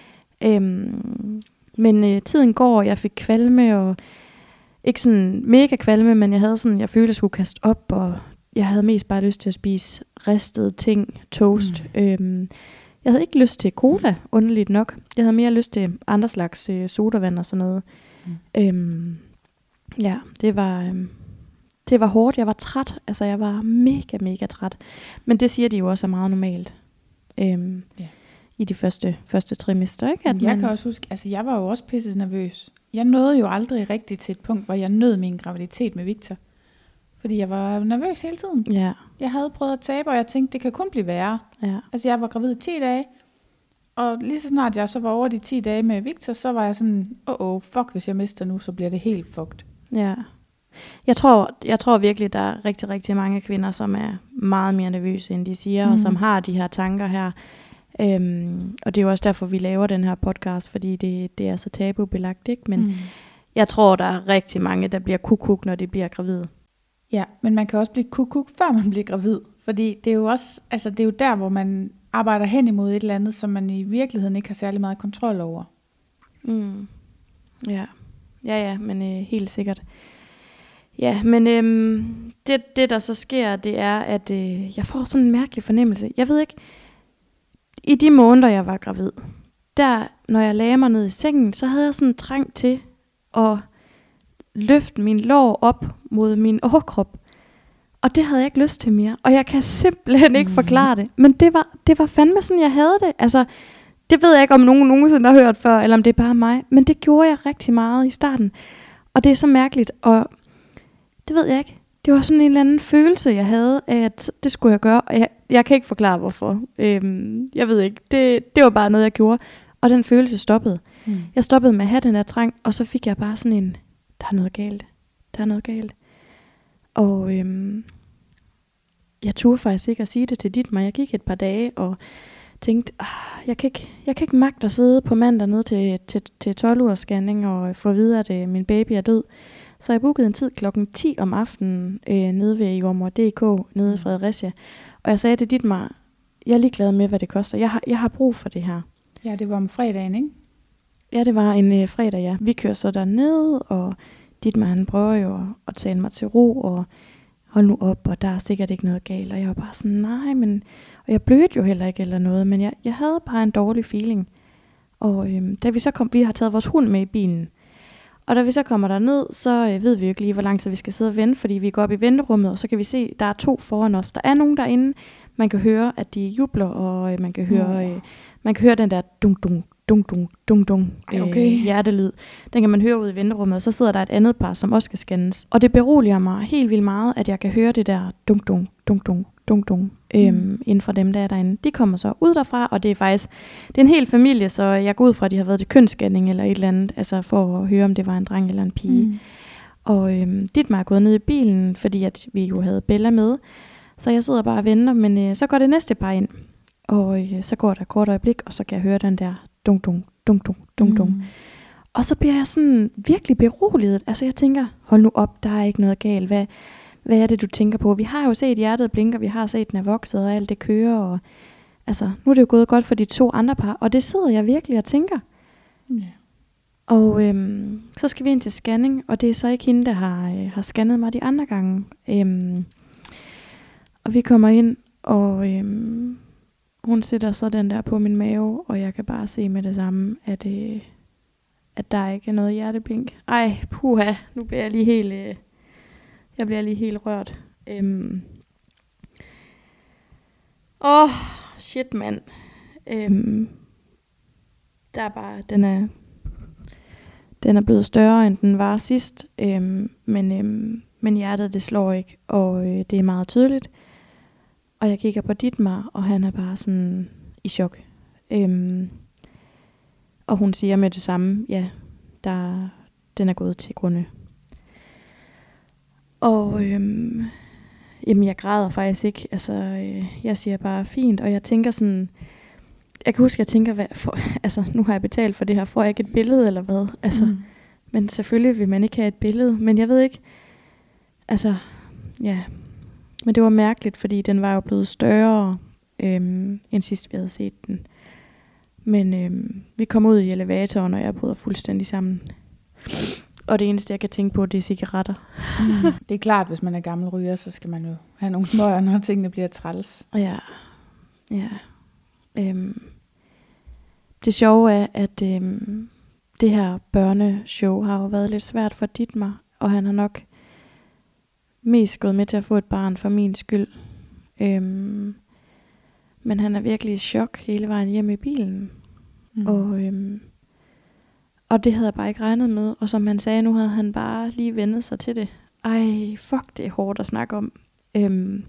Øhm, men øh, tiden går, og jeg fik kvalme, og ikke sådan mega kvalme, men jeg havde sådan, jeg følte, at jeg skulle kaste op, og jeg havde mest bare lyst til at spise ristede ting, toast. Mm. Øhm, jeg havde ikke lyst til cola, underligt nok. Jeg havde mere lyst til andre slags øh, sodavand og sådan noget. Mm. Øhm, ja, det var, øhm, det var hårdt. Jeg var træt. Altså, jeg var mega, mega træt. Men det siger de jo også er meget normalt. Øhm, yeah. I de første, første trimester, ikke? At jeg man... kan også huske, altså jeg var jo også pisse nervøs. Jeg nåede jo aldrig rigtigt til et punkt, hvor jeg nød min graviditet med Victor. Fordi jeg var nervøs hele tiden. Ja. Jeg havde prøvet at tabe, og jeg tænkte, det kan kun blive værre. Ja. Altså jeg var gravid i ti dage, og lige så snart jeg så var over de ti dage med Victor, så var jeg sådan, åh, oh, oh, fuck, hvis jeg mister nu, så bliver det helt fucked. Ja. Jeg tror, jeg tror virkelig, der er rigtig, rigtig mange kvinder, som er meget mere nervøse, end de siger, mm. og som har de her tanker her. Øhm, og det er jo også derfor, vi laver den her podcast, fordi det, det er så tabubelagt, ikke? Men mm. jeg tror, der er rigtig mange, der bliver kukuk, når de bliver gravide. Ja, men man kan også blive kukuk, før man bliver gravid. Fordi det er jo også, altså det er jo der, hvor man arbejder hen imod et eller andet, som man i virkeligheden ikke har særlig meget kontrol over. Mm. Ja, ja, ja, men øh, helt sikkert. Ja, men øh, det, det der så sker, det er, at øh, jeg får sådan en mærkelig fornemmelse. Jeg ved ikke, i de måneder, jeg var gravid, der, når jeg lagde mig ned i sengen, så havde jeg sådan en trang til at løfte min lår op mod min overkrop. Og det havde jeg ikke lyst til mere. Og jeg kan simpelthen ikke mm. forklare det. Men det var, det var fandme sådan, jeg havde det. Altså, det ved jeg ikke, om nogen nogensinde har hørt før, eller om det er bare mig. Men det gjorde jeg rigtig meget i starten. Og det er så mærkeligt. Og det ved jeg ikke. Det var sådan en eller anden følelse, jeg havde, af at det skulle jeg gøre. Og jeg, jeg kan ikke forklare, hvorfor. Øhm, jeg ved ikke. Det, det var bare noget, jeg gjorde. Og den følelse stoppede. Mm. Jeg stoppede med at have den der trang, og så fik jeg bare sådan en der er noget galt. Der er noget galt. Og øhm, jeg turde faktisk ikke at sige det til Dietmar. Jeg gik et par dage og tænkte, ah, jeg, kan ikke, jeg kan ikke magte at sidde på mandag ned til, til, til tolv ugers scanning og få videre, at øh, min baby er død. Så jeg bookede en tid klokken ti om aftenen øh, nede ved Jormor punktum d k nede i Fredericia. Og jeg sagde til Dietmar, jeg er ligeglad med, hvad det koster. Jeg har, jeg har brug for det her. Ja, det var om fredagen, ikke? Ja, det var en øh, fredag, ja. Vi kører så derned, og Dietmar han prøver jo at, at tale mig til ro, og hold nu op, og der er sikkert ikke noget galt. Og jeg var bare sådan, nej, men... Og jeg blødte jo heller ikke eller noget, men jeg, jeg havde bare en dårlig feeling. Og øhm, da vi så kom, vi har taget vores hund med i bilen. Og da vi så kommer derned, så øh, ved vi jo ikke lige, hvor lang tid vi skal sidde og vente, fordi vi går op i venterummet, og så kan vi se, der er to foran os. Der er nogen derinde, man kan høre, at de jubler, og øh, man kan høre, øh, man kan høre den der dung dung dung dung dung dung øh, okay. hjertelyd. Den kan man høre ud i venterummet, og så sidder der et andet par, som også skal scannes. Og det beroliger mig helt vildt meget, at jeg kan høre det der dung dung dung dung dung dung øhm, mm. inden for dem, der er derinde. De kommer så ud derfra, og det er faktisk det er en hel familie, så jeg går ud fra, at de har været til kønsscanning eller et eller andet, altså for at høre, om det var en dreng eller en pige. Mm. Og øhm, Dietmar er gået ned i bilen, fordi at vi jo havde Bella med, så jeg sidder bare og venter, men øh, så går det næste par ind, og øh, så går der et kort øjeblik, og så kan jeg høre den der dung dung dung dung dung dung. Mm. Og så bliver jeg sådan virkelig beroliget. Altså jeg tænker, hold nu op, der er ikke noget galt. Hvad Hvad er det, du tænker på? Vi har jo set hjertet blinker, vi har set, den er vokset, og alt det kører. Og, altså, nu er det jo gået godt for de to andre par, og det sidder jeg virkelig og tænker. Yeah. Og øhm, så skal vi ind til scanning, og det er så ikke hende, der har, øh, har scannet mig de andre gange. Øhm, og vi kommer ind, og øhm, hun sætter så den der på min mave, og jeg kan bare se med det samme, at, øh, at der ikke er noget hjerteblink. Ej, puha, nu bliver jeg lige helt... Øh, Jeg bliver lige helt rørt. Øhm. Åh, oh, shit, mand. Øhm. Der er bare, den er, den er blevet større, end den var sidst. Øhm. Men, øhm, men hjertet, det slår ikke, og øh, det er meget tydeligt. Og jeg kigger på Dietmar, og han er bare sådan i chok. Øhm. Og hun siger med det samme, ja, der, den er gået til grunde. Og øhm, jamen jeg græder faktisk ikke, altså øh, jeg siger bare fint, og jeg tænker sådan, jeg kan huske, jeg tænker, hvad for, altså nu har jeg betalt for det her, får jeg ikke et billede eller hvad, altså, mm. men selvfølgelig vil man ikke have et billede, men jeg ved ikke, altså, ja, men det var mærkeligt, fordi den var jo blevet større, øhm, end sidst vi havde set den, men øhm, vi kom ud i elevatoren, og jeg bryder fuldstændig sammen. Og det eneste, jeg kan tænke på, det er cigaretter. Mm. Det er klart, hvis man er gammel ryger, så skal man jo have nogle smøger, når tingene bliver træls. Ja, ja. Øhm. Det sjove er, at øhm, det her børneshow har jo været lidt svært for Dietmar, og han har nok mest gået med til at få et barn for min skyld. Øhm. Men han er virkelig i chok hele vejen hjem i bilen. Mm. Og... Øhm, Og det havde jeg bare ikke regnet med. Og som han sagde, nu havde han bare lige vendet sig til det. Ej, fuck, det er hårdt at snakke om. Øhm,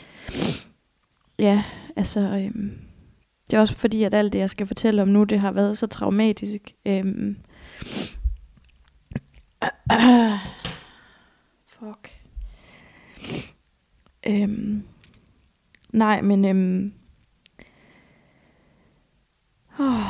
ja, altså... Øhm, det er også fordi, at alt det, jeg skal fortælle om nu, det har været så traumatisk. Øhm, øh, fuck. Øhm, nej, men... Øhm, åh...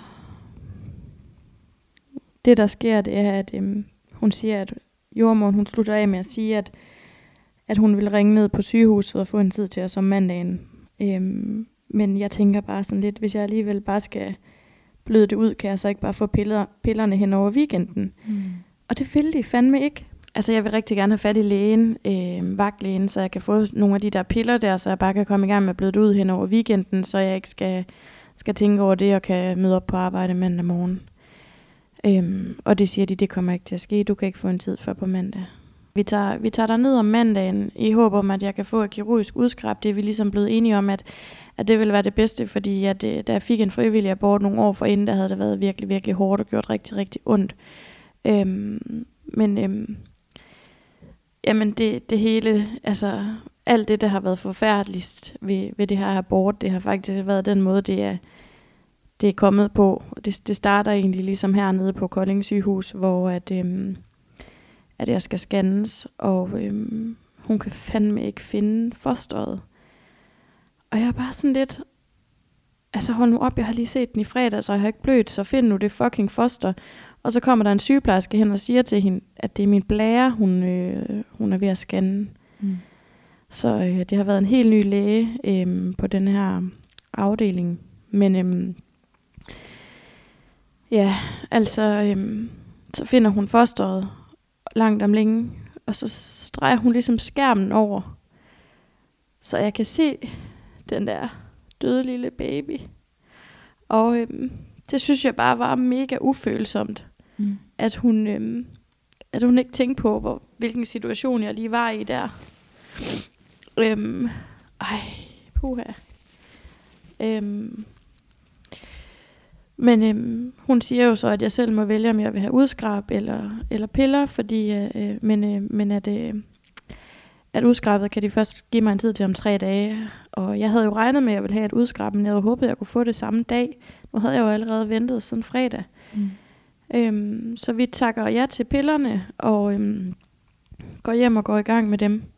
Det, der sker, det er, at øhm, hun siger, at jordemoderen, hun slutter af med at sige, at, at hun vil ringe ned på sygehuset og få en tid til os om mandagen. Øhm, men jeg tænker bare sådan lidt, hvis jeg alligevel bare skal bløde det ud, kan jeg så ikke bare få piller, pillerne hen over weekenden. Mm. Og det vil de fandme ikke. Altså, jeg vil rigtig gerne have fat i lægen, øh, vagtlægen, så jeg kan få nogle af de der piller der, så jeg bare kan komme i gang med at bløde det ud hen over weekenden, så jeg ikke skal, skal tænke over det og kan møde op på arbejde mandag morgen. Øhm, og det siger de, det kommer ikke til at ske. Du kan ikke få en tid før på mandag. Vi tager, vi tager der ned om mandagen i håb om, at jeg kan få et kirurgisk udskrab. Det er vi ligesom blevet enige om, at, at det ville være det bedste, fordi at, da jeg fik en frivillig abort nogle år forinden, der havde det været virkelig, virkelig hårdt og gjort rigtig, rigtig ondt. Øhm, men øhm, jamen det, det hele, altså alt det, der har været forfærdeligst ved, ved det her abort, det har faktisk været den måde, det er det er kommet på. Det, det starter egentlig ligesom hernede på Kolding sygehus, hvor at, øhm, at jeg skal scannes, og øhm, hun kan fandme ikke finde fosteret. Og jeg er bare sådan lidt, altså hold nu op, jeg har lige set den i fredag, så jeg har ikke blødt, så find nu det fucking foster. Og så kommer der en sygeplejerske hen og siger til hende, at det er min blære, hun, øh, hun er ved at scanne. Mm. Så øh, det har været en helt ny læge øh, på den her afdeling. Men øh, ja, altså, øh, så finder hun fosteret langt om længe, og så drejer hun ligesom skærmen over, så jeg kan se den der døde lille baby. Og øhm, det synes jeg bare var mega ufølsomt, mm. at hun øhm, at hun ikke tænkte på, hvor, hvilken situation jeg lige var i der. Øhm, ej, puha. Øhm, men øhm, hun siger jo så, at jeg selv må vælge, om jeg vil have udskrab eller, eller piller, fordi, øh, men, øh, men at, øh, at udskrabet kan de først give mig en tid til om tre dage. Og jeg havde jo regnet med, at jeg ville have et udskrab, men jeg havde håbet, at jeg kunne få det samme dag. Nu havde jeg jo allerede ventet siden fredag. Mm. Øhm, så vi takker ja til pillerne, og øhm, går hjem og går i gang med dem.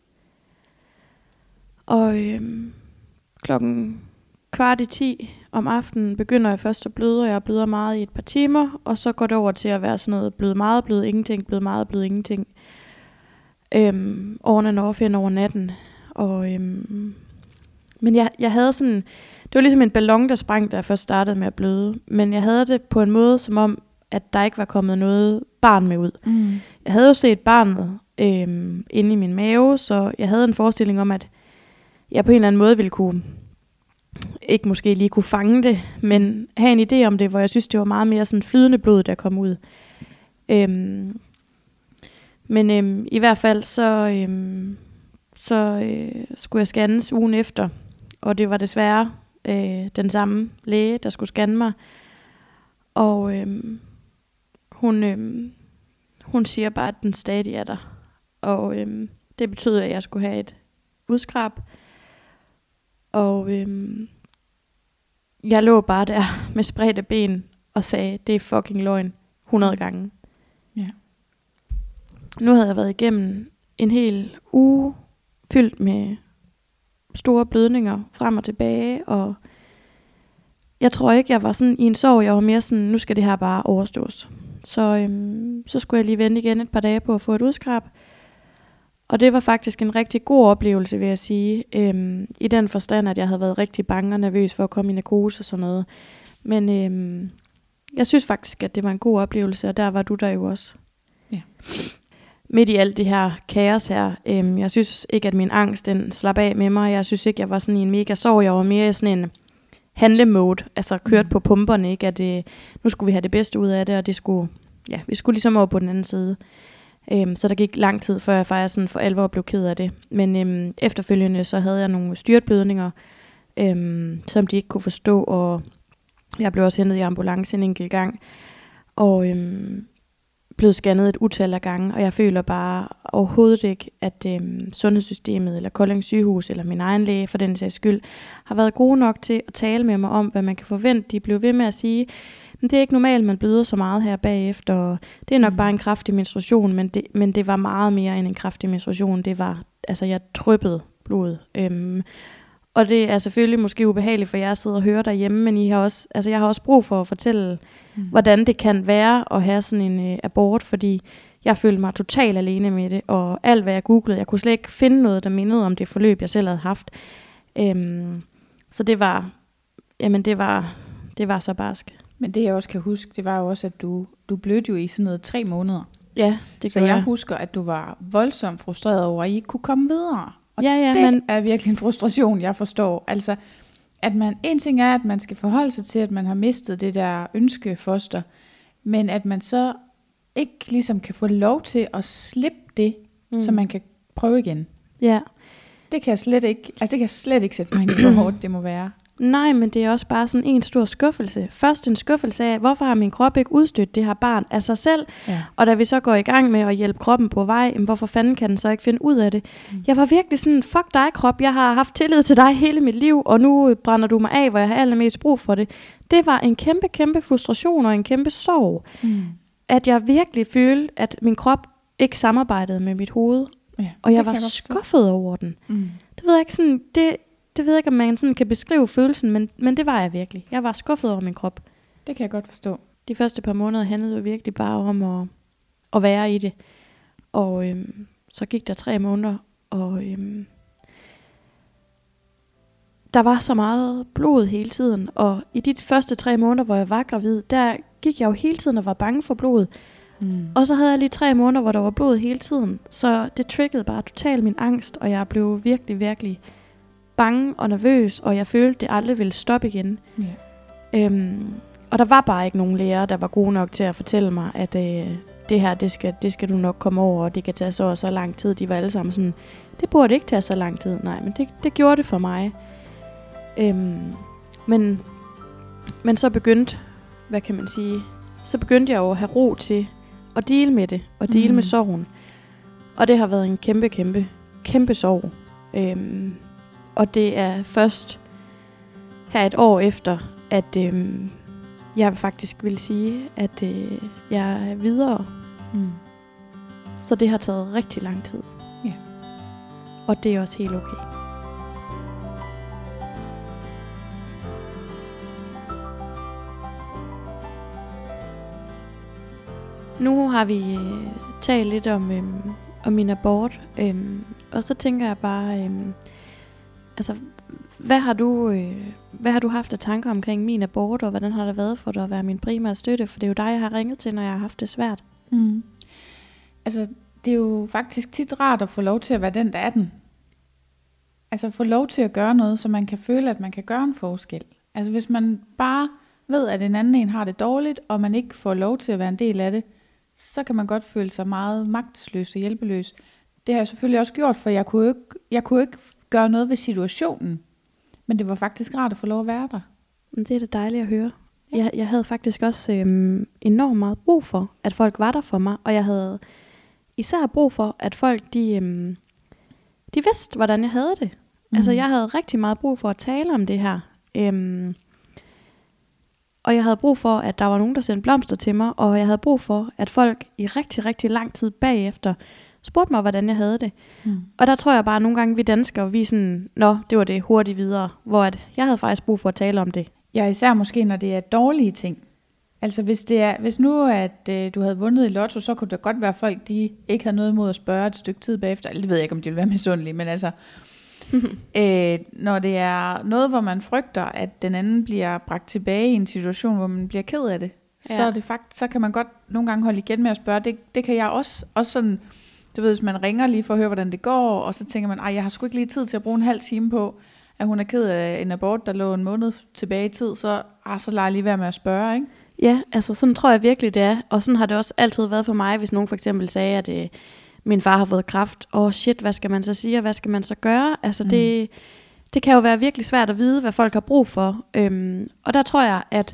Og øhm, klokken kvart i ti om aftenen begynder jeg først at bløde, og jeg bløder meget i et par timer, og så går det over til at være sådan noget bløde meget, bløde ingenting, bløde meget, bløde ingenting. Øhm, on and off hen over natten. Og, øhm, men jeg, jeg havde sådan, det var ligesom en ballon, der sprang, da jeg først startede med at bløde. Men jeg havde det på en måde, som om, at der ikke var kommet noget barn med ud. Mm. Jeg havde jo set barnet øhm, inde i min mave, så jeg havde en forestilling om, at jeg på en eller anden måde ville kunne, ikke måske lige kunne fange det, men have en idé om det, hvor jeg synes, det var meget mere sådan flydende blod, der kom ud. Øhm, men øhm, i hvert fald, så, øhm, så øh, skulle jeg scannes ugen efter, og det var desværre øh, den samme læge, der skulle scanne mig. Og øhm, hun, øhm, hun siger bare, at den stadig er der. Og øhm, det betød, at jeg skulle have et udskrab. Og øhm, jeg lå bare der med spredte ben og sagde, det er fucking løgn, hundrede gange. Ja. Nu havde jeg været igennem en hel uge fyldt med store blødninger frem og tilbage, og jeg tror ikke, jeg var sådan i en sorg. Jeg var mere sådan, nu skal det her bare overstås. Så, øhm, så skulle jeg lige vente igen et par dage på at få et udskrab. Og det var faktisk en rigtig god oplevelse, vil jeg sige. Øhm, I den forstand, at jeg havde været rigtig bange og nervøs for at komme i narkose og sådan noget. Men øhm, jeg synes faktisk, at det var en god oplevelse, og der var du der jo også. Ja. Midt i alt det her kaos her. Øhm, jeg synes ikke, at min angst den slap af med mig. Jeg synes ikke, jeg var sådan i en mega sorg. Jeg var mere sådan en handlemode, altså kørt mm. på pumperne, ikke? At øh, nu skulle vi have det bedste ud af det, og det skulle, ja, vi skulle ligesom over på den anden side. Øhm, så der gik lang tid, før jeg faktisk sådan for alvor blev ked af det. Men øhm, efterfølgende så havde jeg nogle styrtblødninger, øhm, som de ikke kunne forstå, og jeg blev også hentet i ambulance en enkelt gang, og øhm, blevet scannet et utal af gange, og jeg føler bare overhovedet ikke, at øhm, sundhedssystemet, eller Kolding sygehus, eller min egen læge for den sags skyld, har været gode nok til at tale med mig om, hvad man kan forvente. De blev ved med at sige, men det er ikke normalt, man bløder så meget her bagefter, og det er nok mm. bare en kraftig menstruation, men det, men det var meget mere end en kraftig menstruation. Det var, altså jeg dryppede blod. Øhm, og det er selvfølgelig måske ubehageligt for jer at sidde og høre derhjemme, men I har også, altså jeg har også brug for at fortælle, mm. hvordan det kan være at have sådan en øh, abort, fordi jeg følte mig totalt alene med det, og alt hvad jeg googlede, jeg kunne slet ikke finde noget, der mindede om det forløb, jeg selv havde haft. Øhm, så det var, jamen det var, det var så barsk. Men det jeg også kan huske, det var jo også, at du, du blødte jo i sådan noget tre måneder. Ja, det Så jeg, jeg husker, at du var voldsomt frustreret over, at I ikke kunne komme videre. Og ja, ja, det men er virkelig en frustration, jeg forstår. Altså, at man, en ting er, at man skal forholde sig til, at man har mistet det der ønskefoster, men at man så ikke ligesom kan få lov til at slippe det, mm. så man kan prøve igen. Ja. Det kan jeg slet ikke, altså det kan jeg slet ikke sætte mig ind i, hvor hårdt det må være. Nej, men det er også bare sådan en stor skuffelse. Først en skuffelse af, hvorfor har min krop ikke udstødt det her barn af sig selv? Ja. Og da vi så går i gang med at hjælpe kroppen på vej, hvorfor fanden kan den så ikke finde ud af det? Mm. Jeg var virkelig sådan, fuck dig krop, jeg har haft tillid til dig hele mit liv, og nu brænder du mig af, hvor jeg har allermest brug for det. Det var en kæmpe, kæmpe frustration og en kæmpe sorg. Mm. At jeg virkelig følte, at min krop ikke samarbejdede med mit hoved. Ja, og jeg det var kan jeg godt skuffet over den. Mm. Det ved jeg ikke sådan, det, det ved jeg ikke, om man sådan kan beskrive følelsen, men, men det var jeg virkelig. Jeg var skuffet over min krop. Det kan jeg godt forstå. De første par måneder handlede jo virkelig bare om at, at være i det. Og øhm, så gik der tre måneder, og øhm, der var så meget blod hele tiden. Og i de første tre måneder, hvor jeg var gravid, der gik jeg jo hele tiden og var bange for blod. Mm. Og så havde jeg lige tre måneder, hvor der var blod hele tiden. Så det triggede bare totalt min angst, og jeg blev virkelig, virkelig bange og nervøs, og jeg følte, det aldrig ville stoppe igen. Yeah. Øhm, og der var bare ikke nogen læger, der var gode nok til at fortælle mig, at øh, det her, det skal, det skal du nok komme over, og det kan tage så og så lang tid. De var alle sammen sådan, det burde ikke tage så lang tid. Nej, men det, det gjorde det for mig. Øhm, men, men så begyndte, hvad kan man sige, så begyndte jeg jo at have ro til at dele med det, og dele mm. med sorgen. Og det har været en kæmpe, kæmpe, kæmpe sorg. Øhm, og det er først her et år efter, at øhm, jeg faktisk vil sige, at øh, jeg er videre. Mm. Så det har taget rigtig lang tid. Ja. Og det er også helt okay. Nu har vi øh, talt lidt om, øh, om min abort, øh, og så tænker jeg bare, øh, altså, hvad har du, øh, hvad har du haft af tanker omkring min abort, og hvordan har det været for dig at være min primære støtte? For det er jo dig, jeg har ringet til, når jeg har haft det svært. Mm. Altså, det er jo faktisk tit rart at få lov til at være den, der er den. Altså, få lov til at gøre noget, så man kan føle, at man kan gøre en forskel. Altså, hvis man bare ved, at en anden en har det dårligt, og man ikke får lov til at være en del af det, så kan man godt føle sig meget magtesløs og hjælpeløs. Det har jeg selvfølgelig også gjort, for jeg kunne ikke, jeg kunne ikke gøre noget ved situationen. Men det var faktisk rart at få lov at være der. Det er da dejligt at høre. Ja. Jeg, jeg havde faktisk også øhm, enormt meget brug for, at folk var der for mig. Og jeg havde især brug for, at folk de, øhm, de vidste, hvordan jeg havde det. Mm. Altså jeg havde rigtig meget brug for at tale om det her. Øhm, Og jeg havde brug for, at der var nogen, der sendte blomster til mig, og jeg havde brug for, at folk i rigtig, rigtig lang tid bagefter spurgte mig, hvordan jeg havde det. Mm. Og der tror jeg bare, at nogle gange vi danskere, vi sådan, nå, det var det hurtigt videre, hvor at jeg havde faktisk brug for at tale om det. Ja, især måske, når det er dårlige ting. Altså hvis, det er, hvis nu, at øh, du havde vundet i lotto, så kunne det godt være, at folk de ikke havde noget imod at spørge et stykke tid bagefter. Eller det ved jeg ikke, om de ville være misundelige, men altså... øh, når det er noget, hvor man frygter, at den anden bliver bragt tilbage i en situation, hvor man bliver ked af det, ja. så, er det fakt, så kan man godt nogle gange holde igen med at spørge. Det, det kan jeg også. Også sådan, du ved, hvis man ringer lige for at høre, hvordan det går, og så tænker man, ej, jeg har sgu ikke lige tid til at bruge en halv time på, at hun er ked af en abort, der lå en måned tilbage i tid, så, ah, så lader jeg lige være med at spørge, ikke? Ja, altså sådan tror jeg virkelig, det er. Og sådan har det også altid været for mig, hvis nogen for eksempel sagde, at øh, min far har fået kræft. Åh oh shit, hvad skal man så sige, og hvad skal man så gøre? Altså mm. det, det kan jo være virkelig svært at vide, hvad folk har brug for. Øhm, og der tror jeg, at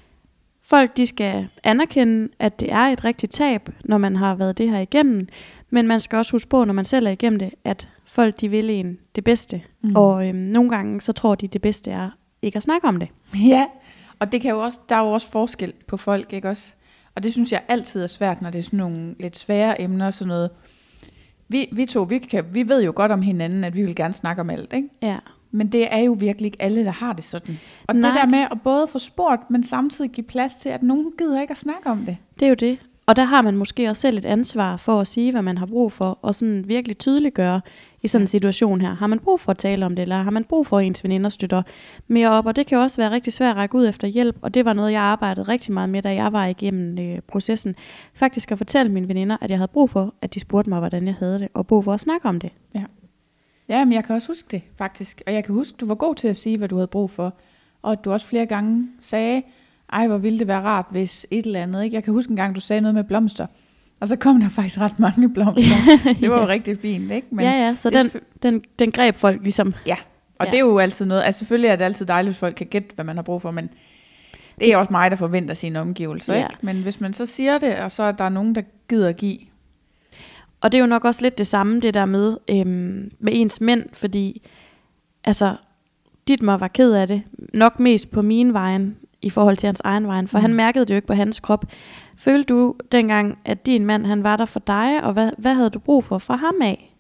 folk de skal anerkende, at det er et rigtigt tab, når man har været det her igennem. Men man skal også huske på, når man selv er igennem det, at folk de vil en det bedste. Mm. Og øhm, nogle gange så tror de, det bedste er ikke at snakke om det. Ja, og det kan jo også, der er jo også forskel på folk, ikke også? Og det synes jeg altid er svært, når det er sådan nogle lidt svære emner og sådan noget. Vi, vi to, vi, kan, vi ved jo godt om hinanden, at vi vil gerne snakke om alt, ikke? Ja. Men det er jo virkelig ikke alle, der har det sådan. Og Nej. Det der med at både få spurgt, men samtidig give plads til, at nogen gider ikke at snakke om det. Det er jo det. Og der har man måske også selv et ansvar for at sige, hvad man har brug for, og sådan virkelig tydeliggøre i sådan en situation her. Har man brug for at tale om det, eller har man brug for, at ens veninder støtter mere op? Og det kan jo også være rigtig svært at række ud efter hjælp, og det var noget, jeg arbejdede rigtig meget med, da jeg var igennem øh, processen. Faktisk at fortælle mine veninder, at jeg havde brug for, at de spurgte mig, hvordan jeg havde det, og brug for at snakke om det. Ja, ja, men jeg kan også huske det, faktisk. Og jeg kan huske, du var god til at sige, hvad du havde brug for, og at du også flere gange sagde, ej, hvor ville det være rart, hvis et eller andet, ikke? Jeg kan huske en gang, du sagde noget med blomster, og så kom der faktisk ret mange blomster. Det var jo ja. rigtig fint, ikke? Men ja, ja, så den, selvfø- den, den greb folk ligesom. Ja, og ja. det er jo altid noget, altså selvfølgelig er det altid dejligt, hvis folk kan gætte, hvad man har brug for, men det er også mig, der forventer sine omgivelser, ja. ikke? Men hvis man så siger det, og så er der nogen, der gider at give. Og det er jo nok også lidt det samme, det der med, øhm, med ens mænd, fordi altså, Dietmar var ked af det, nok mest på min vejen. i forhold til hans egen vej, for mm. han mærkede det jo ikke på hans krop. Følte du dengang, at din mand, han var der for dig, og hvad, hvad havde du brug for fra ham af?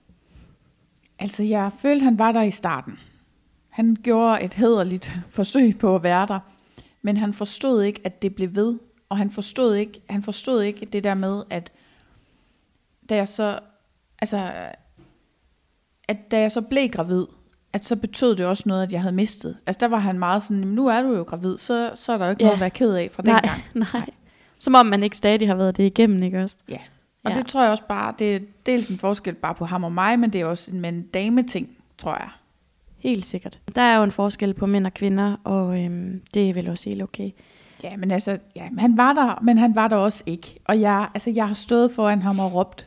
Altså, jeg følte, han var der i starten. Han gjorde et hæderligt forsøg på at være der, men han forstod ikke, at det blev ved, og han forstod ikke, han forstod ikke det der med, at da jeg så, altså, at da jeg så blev gravid, at så betød det også noget, at jeg havde mistet. Altså der var han meget sådan, nu er du jo gravid, så, så er der jo ikke ja. noget at være ked af fra nej, dengang. Nej, som om man ikke stadig har været det igennem, ikke også? Ja, og ja. det tror jeg også bare, det er dels en forskel bare på ham og mig, men det er også en, en dame-ting, tror jeg. Helt sikkert. Der er jo en forskel på mænd og kvinder, og øhm, det er vel også helt okay. Ja, men altså, ja, han var der, men han var der også ikke. Og jeg, altså, jeg har stået foran ham og råbt,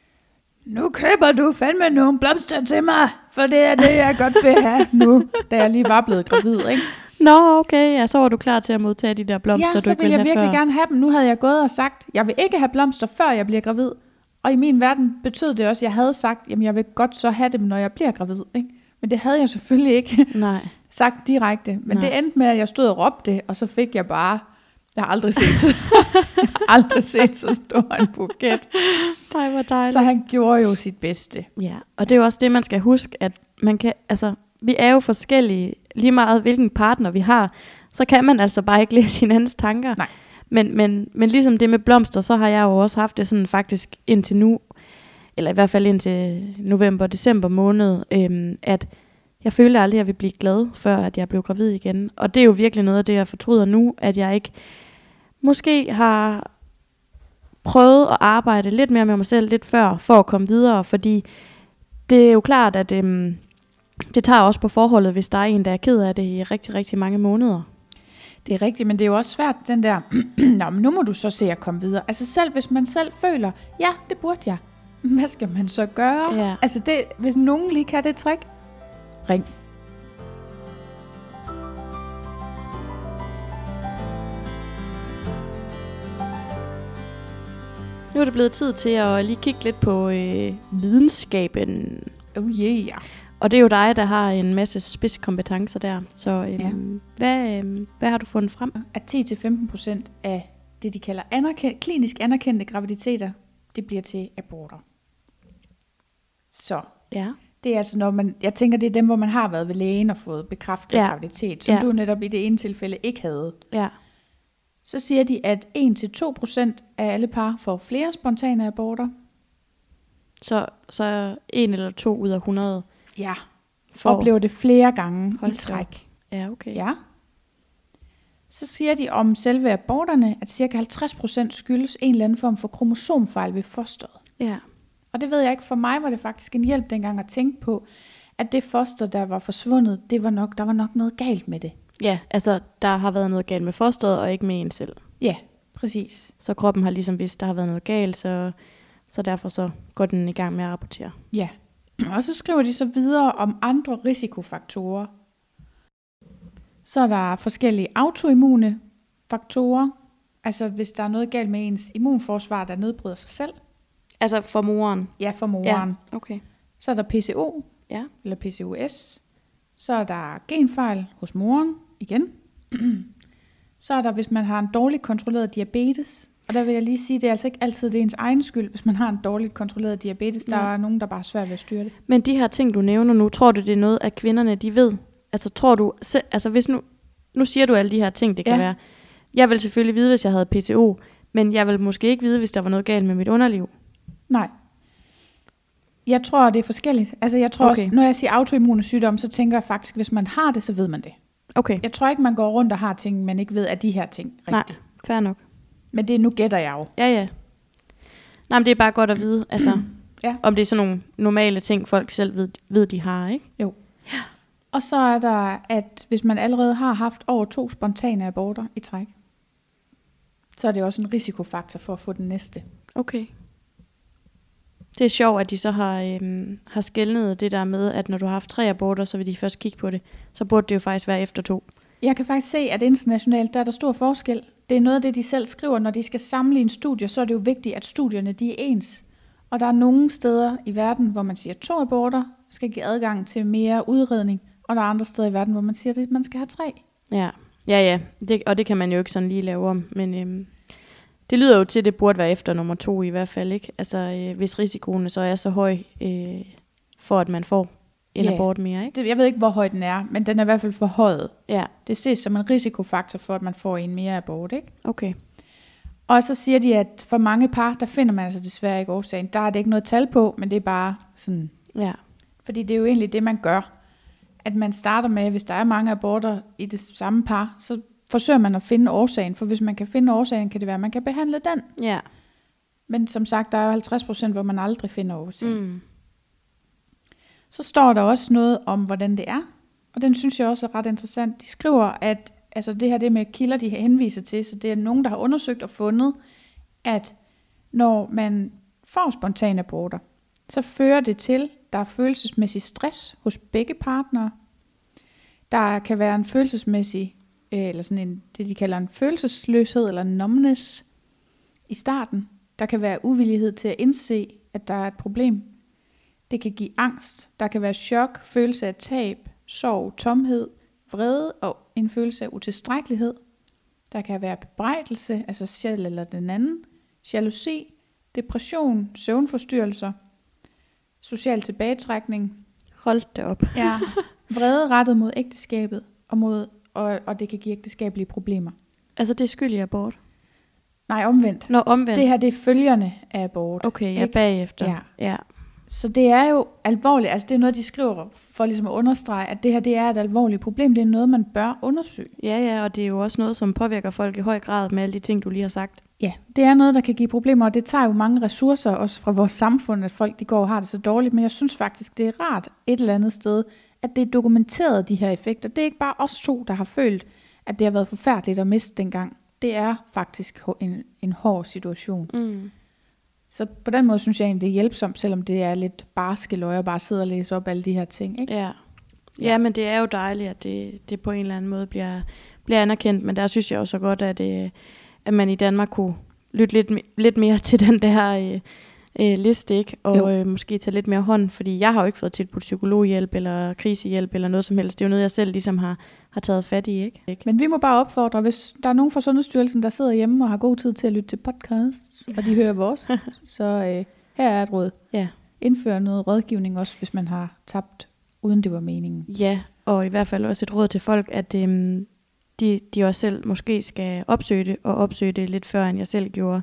nu køber du fandme nogle blomster til mig, for det er det, jeg godt vil have nu, da jeg lige var blevet gravid, ikke? Nå, okay, ja, så var du klar til at modtage de der blomster, ja, du ikke ville ville have jeg virkelig før. gerne have dem. Nu havde jeg gået og sagt, jeg vil ikke have blomster, før jeg bliver gravid. Og i min verden betød det også, at jeg havde sagt, jamen jeg vil godt så have dem, når jeg bliver gravid, ikke? Men det havde jeg selvfølgelig ikke Nej. sagt direkte. Men Nej. det endte med, at jeg stod og råbte, og så fik jeg bare, jeg har aldrig set så, jeg har aldrig set så stor en buket. Nej, hvor dejligt. Så han gjorde jo sit bedste. Ja, og det er jo også det, man skal huske, at man kan, altså, vi er jo forskellige, lige meget hvilken partner vi har, så kan man altså bare ikke læse hinandens tanker. Nej. Men, men, men ligesom det med blomster, så har jeg jo også haft det sådan faktisk indtil nu, eller i hvert fald indtil november-december måned, øhm, at jeg føler aldrig, at jeg vil blive glad, før at jeg blev gravid igen. Og det er jo virkelig noget af det, jeg fortryder nu, at jeg ikke måske har prøvet at arbejde lidt mere med mig selv lidt før, for at komme videre, fordi det er jo klart, at øhm, det tager også på forholdet, hvis der er en, der er ked af det i rigtig, rigtig mange måneder. Det er rigtigt, men det er jo også svært, den der, nå, men nu må du så se at komme videre. Altså selv hvis man selv føler, ja, det burde jeg. Hvad skal man så gøre? Ja. Altså det, hvis nogen lige kan det trick, ring. Nu er det blevet tid til at lige kigge lidt på øh, videnskaben. Oh yeah. Og det er jo dig, der har en masse spidskompetencer der. Så øhm, ja. hvad, øhm, hvad har du fundet frem? At ti til femten procent af det, de kalder anerkend- klinisk anerkendte graviditeter, det bliver til aborter. Så Ja. det er altså, når man, jeg tænker, det er dem, hvor man har været ved lægen og fået bekræftet Ja. graviditet, som Ja. du netop i det ene tilfælde ikke havde. Ja. Så siger de, at en til to procent af alle par får flere spontane aborter. Så, så en eller to ud af hundrede Ja, får... oplever det flere gange Hold i træk. Ja, okay. Ja. Så siger de om selve aborterne, at ca. halvtreds procent skyldes en eller anden form for kromosomfejl ved fosteret. Ja. Og det ved jeg ikke, for mig var det faktisk en hjælp dengang at tænke på, at det foster, der var forsvundet, det var nok, der var nok noget galt med det. Ja, altså der har været noget galt med fosteret, og ikke med en selv. Ja, præcis. Så kroppen har ligesom vidst, der har været noget galt, så, så derfor så går den i gang med at rapportere. Ja, og så skriver de så videre om andre risikofaktorer. Så er der forskellige autoimmune faktorer, altså hvis der er noget galt med ens immunforsvar, der nedbryder sig selv. Altså for moren? Ja, for moren. Ja, okay. Så er der P C O, Ja. eller P C O S. Så er der genfejl hos moren, igen. Så er der, hvis man har en dårligt kontrolleret diabetes. Og der vil jeg lige sige, det er altså ikke altid det er ens egen skyld, hvis man har en dårligt kontrolleret diabetes. Der Ja. er nogen, der bare er svært ved at styre det. Men de her ting, du nævner nu, tror du, det er noget, at kvinderne, de ved? Altså tror du, altså hvis nu, nu siger du alle de her ting, det kan Ja. være. Jeg vil selvfølgelig vide, hvis jeg havde P C O, men jeg vil måske ikke vide, hvis der var noget galt med mit underliv. Nej. Jeg tror, det er forskelligt. Altså jeg tror Okay. også, når jeg siger autoimmune sygdom, så tænker jeg faktisk, hvis man har det, så ved man det. Okay. Jeg tror ikke, man går rundt og har ting, man ikke ved af de her ting Nej, rigtigt. fair nok. Men det nu gætter jeg jo. Ja, ja. Nej, men det er bare godt at vide, altså, Ja. om det er sådan nogle normale ting, folk selv ved, ved de har, ikke? Jo. Og så er der, at hvis man allerede har haft over to spontane aborter i træk, så er det også en risikofaktor for at få den næste. Okay. Det er sjovt, at de så har, øhm, har skelnet det der med, at når du har haft tre aborter, så vil de først kigge på det. Så burde det jo faktisk være efter to. Jeg kan faktisk se, at internationalt der er der stor forskel. Det er noget af det, de selv skriver, når de skal sammenligne studier, så er det jo vigtigt, at studierne de er ens. Og der er nogle steder i verden, hvor man siger, at to aborter skal give adgang til mere udredning, og der er andre steder i verden, hvor man siger, at man skal have tre. Ja, Ja, ja, det, og det kan man jo ikke sådan lige lave om, men øhm, det lyder jo til, at det burde være efter nummer to i hvert fald, ikke? Altså, øh, hvis risikoen så er så høj, øh, for at man får en Ja. abort mere, ikke? Det, jeg ved ikke, hvor høj den er, men den er i hvert fald for højet. Ja, Det ses som en risikofaktor for, at man får en mere abort, ikke? okay. Og så siger de, at for mange par, der finder man altså desværre ikke årsagen. Der er det ikke noget tal på, men det er bare sådan. Ja, Fordi det er jo egentlig det, man gør. At man starter med, hvis der er mange aborter i det samme par, så forsøger man at finde årsagen. For hvis man kan finde årsagen, kan det være, at man kan behandle den. ja. Men som sagt, der er jo halvtreds procent, hvor man aldrig finder årsagen. Mm. Så står der også noget om, hvordan det er. Og den synes jeg også er ret interessant. De skriver, at altså det her det med kilder, de henviser til, så det er nogen, der har undersøgt og fundet, at når man får spontane aborter, så fører det til, der er følelsesmæssig stress hos begge partnere. Der kan være en følelsesmæssig, eller sådan en, det de kalder en følelsesløshed, eller numbness i starten. Der kan være uvillighed til at indse, at der er et problem. Det kan give angst. Der kan være chok, følelse af tab, sorg, tomhed, vrede og en følelse af utilstrækkelighed. Der kan være bebrejdelse, altså selv eller den anden, jalousi, depression, søvnforstyrrelser, social tilbagetrækning, Hold det op. ja, vrede rettet mod ægteskabet, og, mod, og, og det kan give ægteskabelige problemer. Altså, det er skyld i abort? Nej, omvendt. Nå, omvendt. Det her, det er følgerne af abort. Okay, ja, ikke? bagefter. Ja. Ja. Så det er jo alvorligt, altså det er noget, de skriver for ligesom at understrege, at det her, det er et alvorligt problem, det er noget, man bør undersøge. Ja, ja, og det er jo også noget, som påvirker folk i høj grad med alle de ting, du lige har sagt. Ja, det er noget, der kan give problemer, og det tager jo mange ressourcer, også fra vores samfund, at folk de går og har det så dårligt, men jeg synes faktisk, det er rart et eller andet sted, at det er dokumenteret, de her effekter. Det er ikke bare os to, der har følt, at det har været forfærdeligt at miste dengang. Det er faktisk en, en hård situation. Mm. Så på den måde synes jeg egentlig, det er hjælpsomt, selvom det er lidt barske løg at bare sidde og læse op alle de her ting, ikke? Ja. Ja, men det er jo dejligt, at det, det på en eller anden måde bliver, bliver anerkendt, men der synes jeg også godt, at, øh, at man i Danmark kunne lytte lidt, lidt mere til den der øh, øh, liste, ikke? Og øh, måske tage lidt mere hånd, fordi jeg har jo ikke fået tilbudt psykologhjælp eller krisehjælp eller noget som helst. Det er jo noget, jeg selv ligesom har, har taget fat i, ikke? Men vi må bare opfordre, hvis der er nogen fra Sundhedsstyrelsen, der sidder hjemme og har god tid til at lytte til podcasts, og de hører vores, så øh, her er et råd. Ja. Indfør noget rådgivning også, hvis man har tabt, uden det var meningen. Ja, og i hvert fald også et råd til folk, at øhm, de, de også selv måske skal opsøge det, og opsøge det lidt før, end jeg selv gjorde,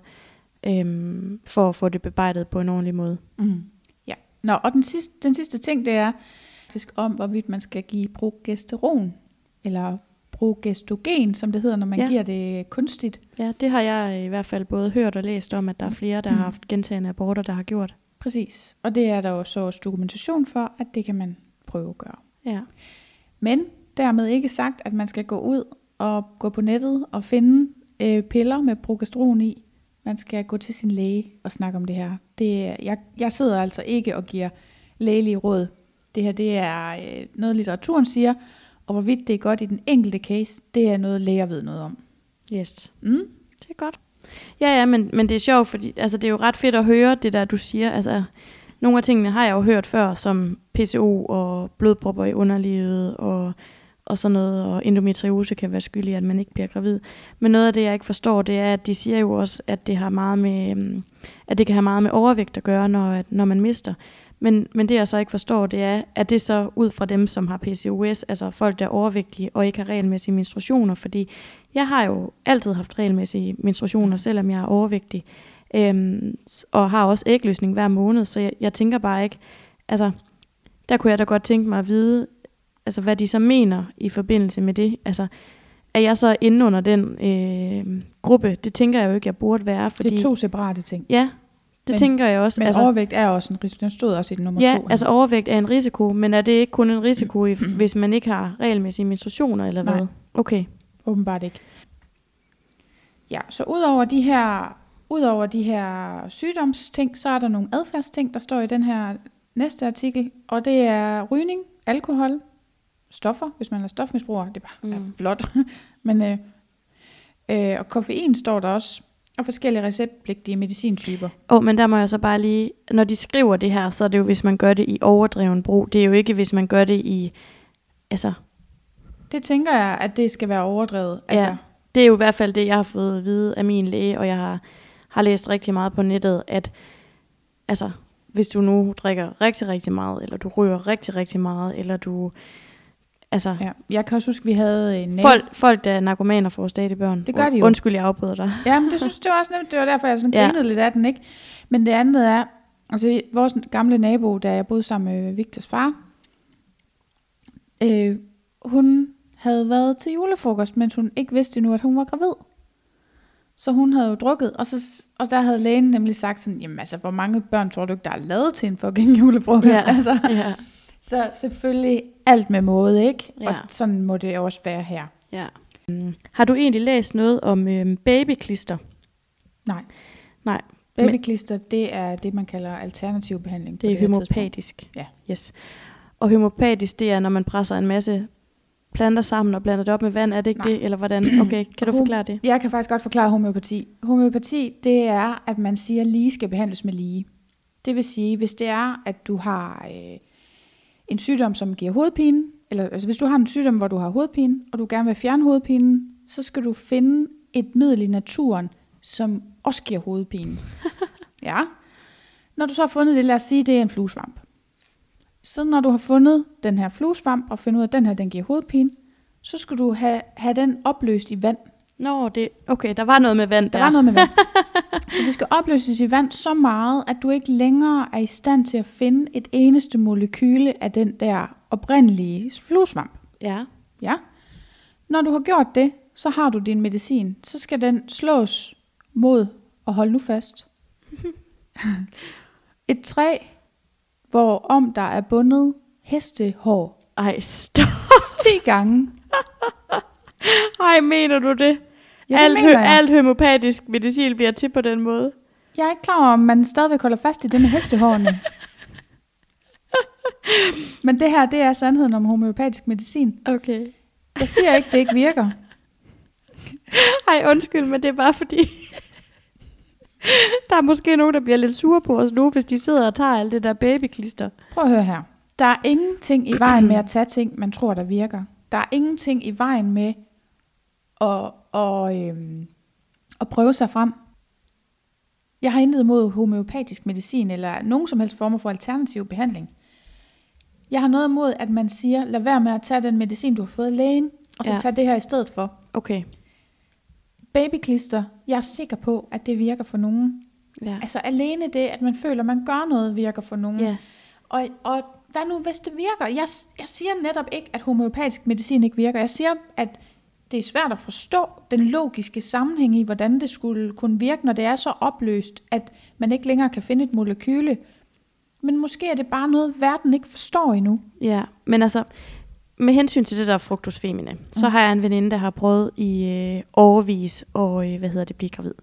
øhm, for at få det bearbejdet på en ordentlig måde. Mm. Ja. Nå, og den sidste, den sidste ting, det er faktisk om, hvorvidt man skal give progesteron, eller progestogen, som det hedder, når man Ja. giver det kunstigt. Ja, det har jeg i hvert fald både hørt og læst om, at der er flere, der har haft gentagne aborter, der har gjort. Præcis. Og det er der jo så også dokumentation for, at det kan man prøve at gøre. Ja. Men dermed ikke sagt, at man skal gå ud og gå på nettet og finde øh, piller med progesteron i. Man skal gå til sin læge og snakke om det her. Det, jeg, jeg sidder altså ikke og giver lægelige råd. Det her det er øh, noget, litteraturen siger, og hvorvidt det er godt i den enkelte case, det er noget, læger ved noget om. Yes. Mm? Det er godt. Ja, ja, men, men det er sjovt, fordi altså, det er jo ret fedt at høre det der, du siger. Altså, nogle af tingene har jeg jo hørt før, som P C O og blodpropper i underlivet og, og sådan noget, og endometriose kan være skyld i, at man ikke bliver gravid. Men noget af det, jeg ikke forstår, det er, at de siger jo også, at det, har meget med, at det kan have meget med overvægt at gøre, når, når man mister. Men, men det, jeg så ikke forstår, det er, at det så ud fra dem, som har P C O S, altså folk, der er overvægtige og ikke har regelmæssige menstruationer, fordi jeg har jo altid haft regelmæssige menstruationer, selvom jeg er overvægtig, øhm, og har også ægløsning hver måned, så jeg, jeg tænker bare ikke, altså, der kunne jeg da godt tænke mig at vide, altså, hvad de så mener i forbindelse med det. Altså, er jeg så inde under den øh, gruppe? Det tænker jeg jo ikke, jeg burde være, fordi... Det er to separate ting. Ja, det men, tænker jeg også. Men altså, overvægt er også en risiko. Den stod også i den nummer ja, to. altså overvægt er en risiko, men er det ikke kun en risiko, i, hvis man ikke har regelmæssige menstruationer, eller hvad? Nej. Okay. Åbenbart ikke. Ja, så udover de her, udover de her sygdomsting, så er der nogle adfærdsting, der står i den her næste artikel, og det er rygning, alkohol, stoffer, hvis man er stofmisbruger, det er bare mm. er flot, men øh, øh, og koffein står der også, og forskellige receptpligtige medicintyper. Åh, oh, men der må jeg så bare lige, når de skriver det her, så er det jo, hvis man gør det i overdreven brug. Det er jo ikke, hvis man gør det i, altså, Det tænker jeg, at det skal være overdrevet. Altså. Ja, det er jo i hvert fald det, jeg har fået at vide af min læge, og jeg har, har læst rigtig meget på nettet, at altså, hvis du nu drikker rigtig, rigtig meget, eller du ryger rigtig, rigtig meget, eller du... Altså, ja. Jeg kan også huske, vi havde en... Folk, folk der er narkomaner, får stadig børn. Det gør de jo. Undskyld, jeg afbryder dig. Ja, men det synes det var også nemt. Det var derfor, jeg sådan ja. grinede lidt af den, ikke? Men det andet er... Altså, vores gamle nabo, da jeg boede sammen med Victors far, øh, hun havde været til julefrokost, mens hun ikke vidste endnu, at hun var gravid. Så hun havde jo drukket, og, så, og der havde lægen nemlig sagt sådan, jamen altså, hvor mange børn tror du ikke, der er lavet til en fucking julefrokost? Ja. Altså, ja. Så selvfølgelig alt med måde, ikke? Ja. Og sådan må det også være her. Ja. Um, har du egentlig læst noget om øhm, babyklister? Nej. Nej. Babyklister, det er det, man kalder alternativ behandling. Det er det homeopatisk. Ja. Yes. Og homeopatisk, det er, når man presser en masse planter sammen og blander det op med vand. Er det ikke Nej. det, eller hvordan? Okay, kan du forklare det? Jeg kan faktisk godt forklare homeopati. Homeopati, det er, at man siger, at lige skal behandles med lige. Det vil sige, hvis det er, at du har øh, en sygdom, som giver hovedpine, eller altså hvis du har en sygdom, hvor du har hovedpine, og du gerne vil fjerne hovedpinen, så skal du finde et middel i naturen, som også giver hovedpine. Ja. Når du så har fundet det, lad os sige, det er en fluesvamp. Så når du har fundet den her fluesvamp, og finder ud af, at den her, den giver hovedpine, så skal du have, have den opløst i vand. Nå, det, okay, der var noget med vand der. Der var noget med vand. Så det skal opløses i vand så meget, at du ikke længere er i stand til at finde et eneste molekyle af den der oprindelige fluesvamp. Ja. Ja. Når du har gjort det, så har du din medicin. Så skal den slås mod, og hold nu fast, et træ, hvor om der er bundet hestehår. Ej, stop. ti gange. Ej, mener du det? Ja, det alt, mener jeg. alt homeopatisk medicin bliver til på den måde. Jeg er ikke klar over, om man stadigvæk holder fast i det med hestehårene. Men det her, det er sandheden om homeopatisk medicin. Okay. Jeg siger ikke, det ikke virker. Ej, undskyld, men det er bare fordi... Der er måske nogen, der bliver lidt sure på os nu, hvis de sidder og tager alt det der babyklister. Prøv at høre her. Der er ingenting i vejen med at tage ting, man tror, der virker. Der er ingenting i vejen med at, at, øhm, at prøve sig frem. Jeg har intet imod homeopatisk medicin, eller nogen som helst former for alternativ behandling. Jeg har noget imod, at man siger, lad være med at tage den medicin, du har fået af lægen, og så Ja. tage det her i stedet for. Okay. Babyklister, jeg er sikker på, at det virker for nogen. Ja. Altså alene det, at man føler, at man gør noget, virker for nogen. Ja. Og, og hvad nu, hvis det virker? Jeg, jeg siger netop ikke, at homeopatisk medicin ikke virker. Jeg siger, at det er svært at forstå den logiske sammenhæng i, hvordan det skulle kunne virke, når det er så opløst, at man ikke længere kan finde et molekyle. Men måske er det bare noget, verden ikke forstår endnu. Ja, men altså, med hensyn til det der fructus femina, mm. så har jeg en veninde, der har prøvet i øh, årevis og, øh, hvad hedder det, blive gravid.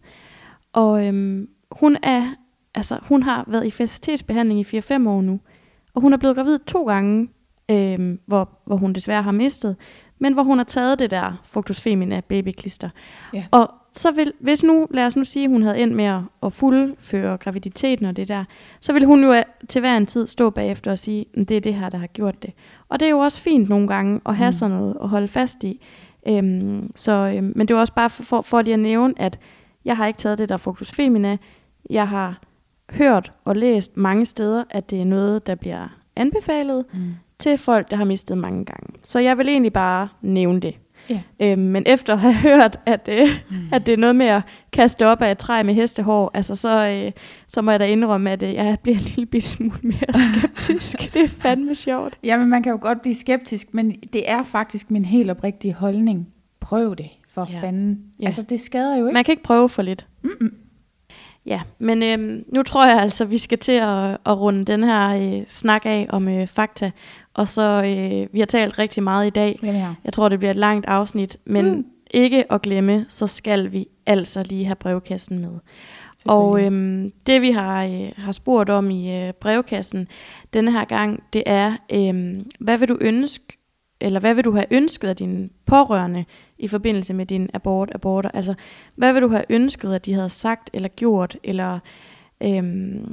Og øhm, hun er, altså, hun har været i fertilitetsbehandling i fire fem år nu, og hun er blevet gravid to gange, øh, hvor, hvor hun desværre har mistet, men hvor hun har taget det der fructus femina babyklister. Ja. Og så vil, hvis nu, lad os nu sige, at hun havde endt med at, at fuldføre graviditeten og det der, så vil hun jo til hver en tid stå bagefter og sige, at det er det her, der har gjort det. Og det er jo også fint nogle gange at have mm. sådan noget at holde fast i. Øhm, så, øhm, men det er også bare for, for, for lige at nævne, at jeg har ikke taget det der fructus femina. Jeg har hørt og læst mange steder, at det er noget, der bliver anbefalet mm. til folk, der har mistet mange gange. Så jeg vil egentlig bare nævne det. Ja. Øhm, men efter at have hørt, at, øh, mm. at det er noget med at kaste op af et træ med hestehår, altså så, øh, så må jeg da indrømme, at øh, jeg bliver en lille bitte smule mere skeptisk. Det er fandme sjovt. Jamen, man kan jo godt blive skeptisk, men det er faktisk min helt oprigtige holdning. Prøv det, for Ja. fanden. Ja. Altså, det skader jo ikke. Man kan ikke prøve for lidt. Mm-mm. Ja, men øhm, nu tror jeg altså, vi skal til at, at runde den her øh, snak af om øh, fakta. Og så, øh, vi har talt rigtig meget i dag. Ja. Jeg tror, det bliver et langt afsnit, men mm. ikke at glemme, så skal vi altså lige have brevkassen med. Og øhm, det vi har, øh, har spurgt om i øh, brevkassen denne her gang, det er, øh, hvad vil du ønske, eller hvad vil du have ønsket af dine pårørende i forbindelse med din abort, aborter? Altså, hvad vil du have ønsket, at de havde sagt eller gjort, eller øhm,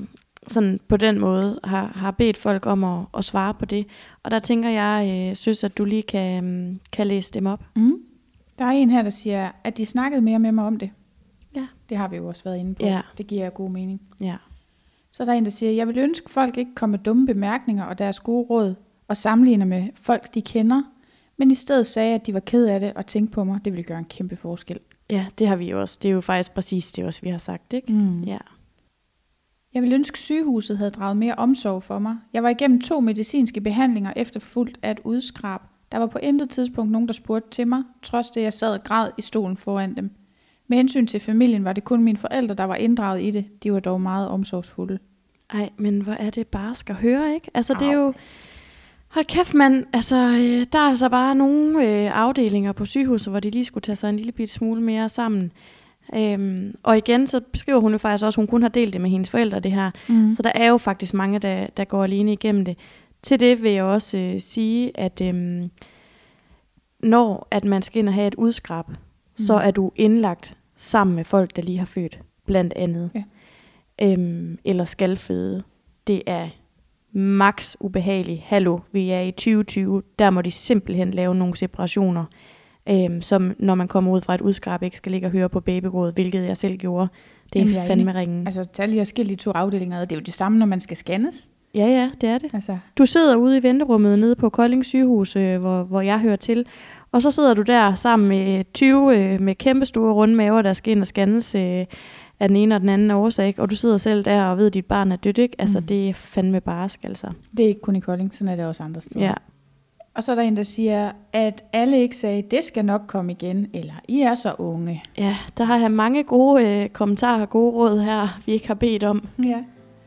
sådan på den måde har, har bedt folk om at, at svare på det. Og der tænker jeg, øh, synes, at du lige kan, kan læse dem op. Mm. Der er en her, der siger, at de snakkede mere med mig om det. Ja. Det har vi jo også været inde på. Ja. Det giver god mening. Ja. Så er der en, der siger, jeg vil ønske, at folk ikke kommer med dumme bemærkninger og deres gode råd og sammenligner med folk, de kender, men i stedet sagde, at de var ked af det og tænkte på mig. Det ville gøre en kæmpe forskel. Ja, det har vi jo også. Det er jo faktisk præcis det også, vi har sagt, ikke? Mm. Ja. Jeg ville ønske, at sygehuset havde draget mere omsorg for mig. Jeg var igennem to medicinske behandlinger efterfulgt af et udskrab. Der var på intet tidspunkt nogen, der spurgte til mig, trods det jeg sad og græd i stolen foran dem. Med hensyn til familien var det kun mine forældre, der var inddraget i det. De var dog meget omsorgsfulde. Ej, men hvor er det bare skal høre, ikke? Altså, det er jo... Hold kæft, mand. Altså, øh, der er altså bare nogle øh, afdelinger på sygehuset, hvor de lige skulle tage sig en lille bit smule mere sammen. Øhm, og igen, så beskriver hun jo faktisk også, at hun kun har delt det med hendes forældre, det her. Mm. Så der er jo faktisk mange, der, der går alene igennem det. Til det vil jeg også øh, sige, at øh, når at man skal ind og have et udskrab, mm. så er du indlagt sammen med folk, der lige har født, blandt andet. Ja. Øhm, eller skal føde. Det er max ubehageligt. Hallo, vi er i tyve tyve. Der må de simpelthen lave nogle separationer, øhm, som når man kommer ud fra et udskrab, ikke skal ligge og høre på babygråd, hvilket jeg selv gjorde. Det er Jamen, fandme ringen. Altså, tag lige at skille de to afdelinger. Det er jo det samme, når man skal scannes. Ja, ja, det er det. Altså. Du sidder ude i venterummet nede på Kolding sygehus, øh, hvor, hvor jeg hører til, og så sidder du der sammen med tyve øh, med kæmpe store runde maver, der skal ind og scannes øh, af den ene og den anden årsag, og du sidder selv der og ved, at dit barn er dødt, ikke? Altså, mm. det er fandme barsk, altså. Det er ikke kun i Kolding, sådan er det også andre steder. Ja. Og så er der en, der siger, at alle ikke sagde, det skal nok komme igen, eller I er så unge. Ja, der har jeg mange gode øh, kommentarer og gode råd her, vi ikke har bedt om. Ja.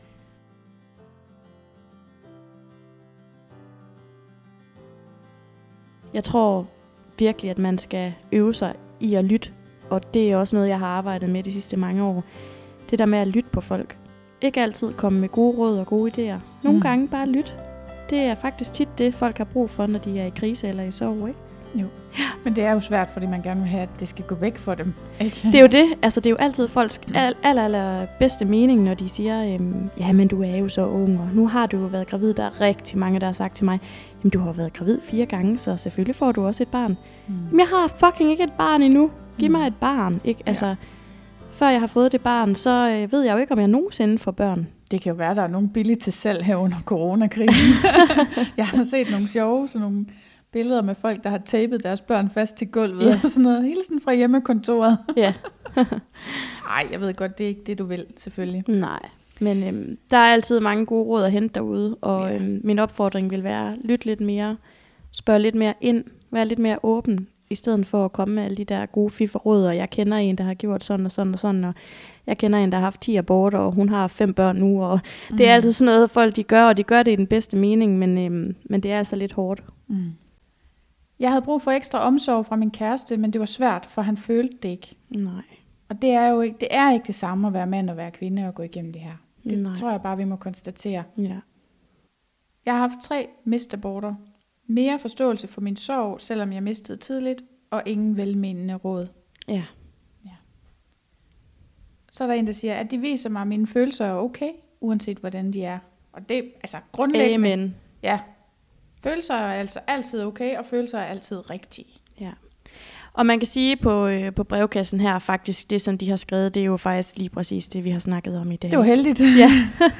Jeg tror virkelig, at man skal øve sig i at lytte, og det er også noget, jeg har arbejdet med de sidste mange år. Det der med at lytte på folk. Ikke altid komme med gode råd og gode idéer. Nogle mm. gange bare lytte. Det er faktisk tit det, folk har brug for, når de er i krise eller i sorg, ikke? Jo, men det er jo svært, fordi man gerne vil have, at det skal gå væk for dem. Ikke? Det er jo det. Altså, det er jo altid folks aller, aller, aller bedste mening, når de siger, øhm, ja, men du er jo så ung, og nu har du jo været gravid. Der er rigtig mange, der har sagt til mig, jamen du har været gravid fire gange, så selvfølgelig får du også et barn. Mm. Men jeg har fucking ikke et barn endnu. Giv mig et barn, ikke? Altså, ja. Før jeg har fået det barn, så øh, ved jeg jo ikke, om jeg nogensinde får børn. Det kan jo være, der er nogen billigt til salg her under coronakrisen. Jeg har set nogle sjove, sådan nogle billeder med folk, der har tapet deres børn fast til gulvet. Ja. Og sådan noget. Hilsen fra hjemmekontoret. Ja. Ej, jeg ved godt, det er ikke det, du vil, selvfølgelig. Nej, men øhm, der er altid mange gode råd at hente derude. Og ja. øhm, min opfordring vil være, lyt lidt mere, spørg lidt mere ind, vær lidt mere åben, i stedet for at komme med alle de der gode fifferråd, og jeg kender en, der har gjort sådan og sådan og sådan, og jeg kender en, der har haft ti aborter, og hun har fem børn nu, og mm. det er altid sådan noget, folk de gør, og de gør det i den bedste mening, men, øhm, men det er altså lidt hårdt. Mm. Jeg havde brug for ekstra omsorg fra min kæreste, men det var svært, for han følte det ikke. Nej. Og det er jo ikke det, er ikke det samme at være mand og være kvinde og gå igennem det her. Det Nej. tror jeg bare, vi må konstatere. Ja. Jeg har haft tre mistaborter. Mere forståelse for min sorg, selvom jeg mistede tidligt, og ingen velmenende råd. Ja. ja. Så er der en, der siger, at de viser mig, at mine følelser er okay, uanset hvordan de er. Og det er altså grundlæggende. Amen. Ja. Følelser er altså altid okay, og følelser er altid rigtige. Ja. Og man kan sige på, øh, på brevkassen her, faktisk det, som de har skrevet, det er jo faktisk lige præcis det, vi har snakket om i dag. Det var heldigt. Ja.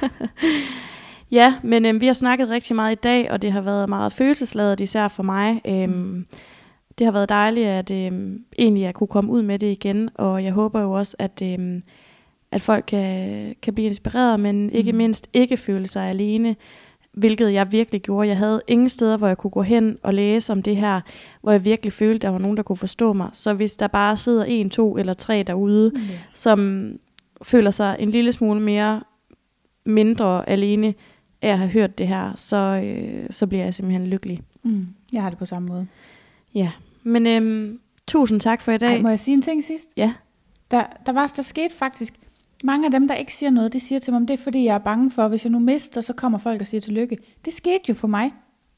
Ja, men øhm, vi har snakket rigtig meget i dag, og det har været meget følelsesladet, især for mig. Øhm, det har været dejligt, at øhm, egentlig at kunne komme ud med det igen, og jeg håber jo også, at, øhm, at folk kan, kan blive inspireret, men ikke mm. mindst ikke føle sig alene, hvilket jeg virkelig gjorde. Jeg havde ingen steder, hvor jeg kunne gå hen og læse om det her, hvor jeg virkelig følte, at der var nogen, der kunne forstå mig. Så hvis der bare sidder en, to eller tre derude, mm. som føler sig en lille smule mere mindre alene, af at have hørt det her, så, øh, så bliver jeg simpelthen lykkelig. Mm, jeg har det på samme måde. Ja, men øhm, tusind tak for i dag. Ej, må jeg sige en ting sidst? Ja. Der, der, var, der skete faktisk, mange af dem, der ikke siger noget, de siger til mig, det er fordi, jeg er bange for, hvis jeg nu mister, så kommer folk og siger tillykke. Det skete jo for mig.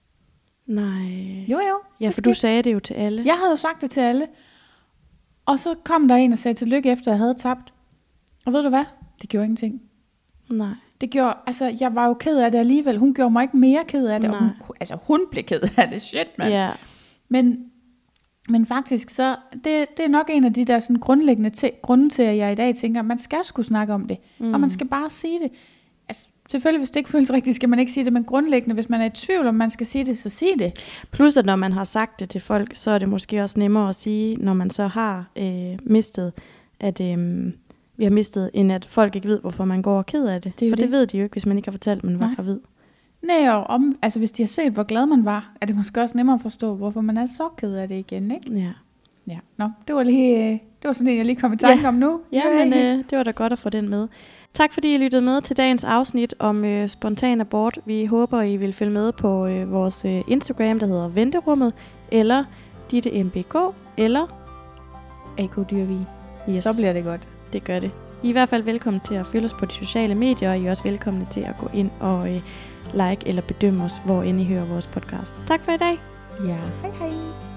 Nej. Jo, jo. Ja, for skete. Du sagde det jo til alle. Jeg havde jo sagt det til alle. Og så kom der en og sagde tillykke, efter jeg havde tabt. Og ved du hvad? Det gjorde ingenting. Nej. det gjorde, altså jeg var jo ked af det alligevel. Hun gjorde mig ikke mere ked af det. Og hun, altså hun blev ked af det, shit mand. Yeah. Men, men faktisk så, det, det er nok en af de der sådan grundlæggende te- grunde til, at jeg i dag tænker, at man skal sgu snakke om det. Mm. Og man skal bare sige det. Altså, selvfølgelig, hvis det ikke føles rigtigt, skal man ikke sige det, men grundlæggende, hvis man er i tvivl, om man skal sige det, så sig det. Plus, at når man har sagt det til folk, så er det måske også nemmere at sige, når man så har øh, mistet, at øh, vi har mistet, end at folk ikke ved, hvorfor man går og ked af det. det For det. det ved de jo ikke, hvis man ikke har fortalt, at man var gravid. Nej, og om, altså, hvis de har set, hvor glad man var, er det måske også nemmere at forstå, hvorfor man er så ked af det igen, ikke? Ja. Ja, nå, det var lige, det var sådan en, jeg lige kom i tanke ja. om nu. Ja, ja men øh, det var da godt at få den med. Tak fordi I lyttede med til dagens afsnit om øh, spontan abort. Vi håber, I vil følge med på øh, vores øh, Instagram, der hedder Venterummet, eller Ditte M B K, eller A K Dyrvig. Yes. Så bliver det godt. Det gør det. I er i hvert fald velkommen til at følge os på de sociale medier, og I er også velkomne til at gå ind og øh, like eller bedømme os, hvor end I hører vores podcast. Tak for i dag. Ja, hej hej.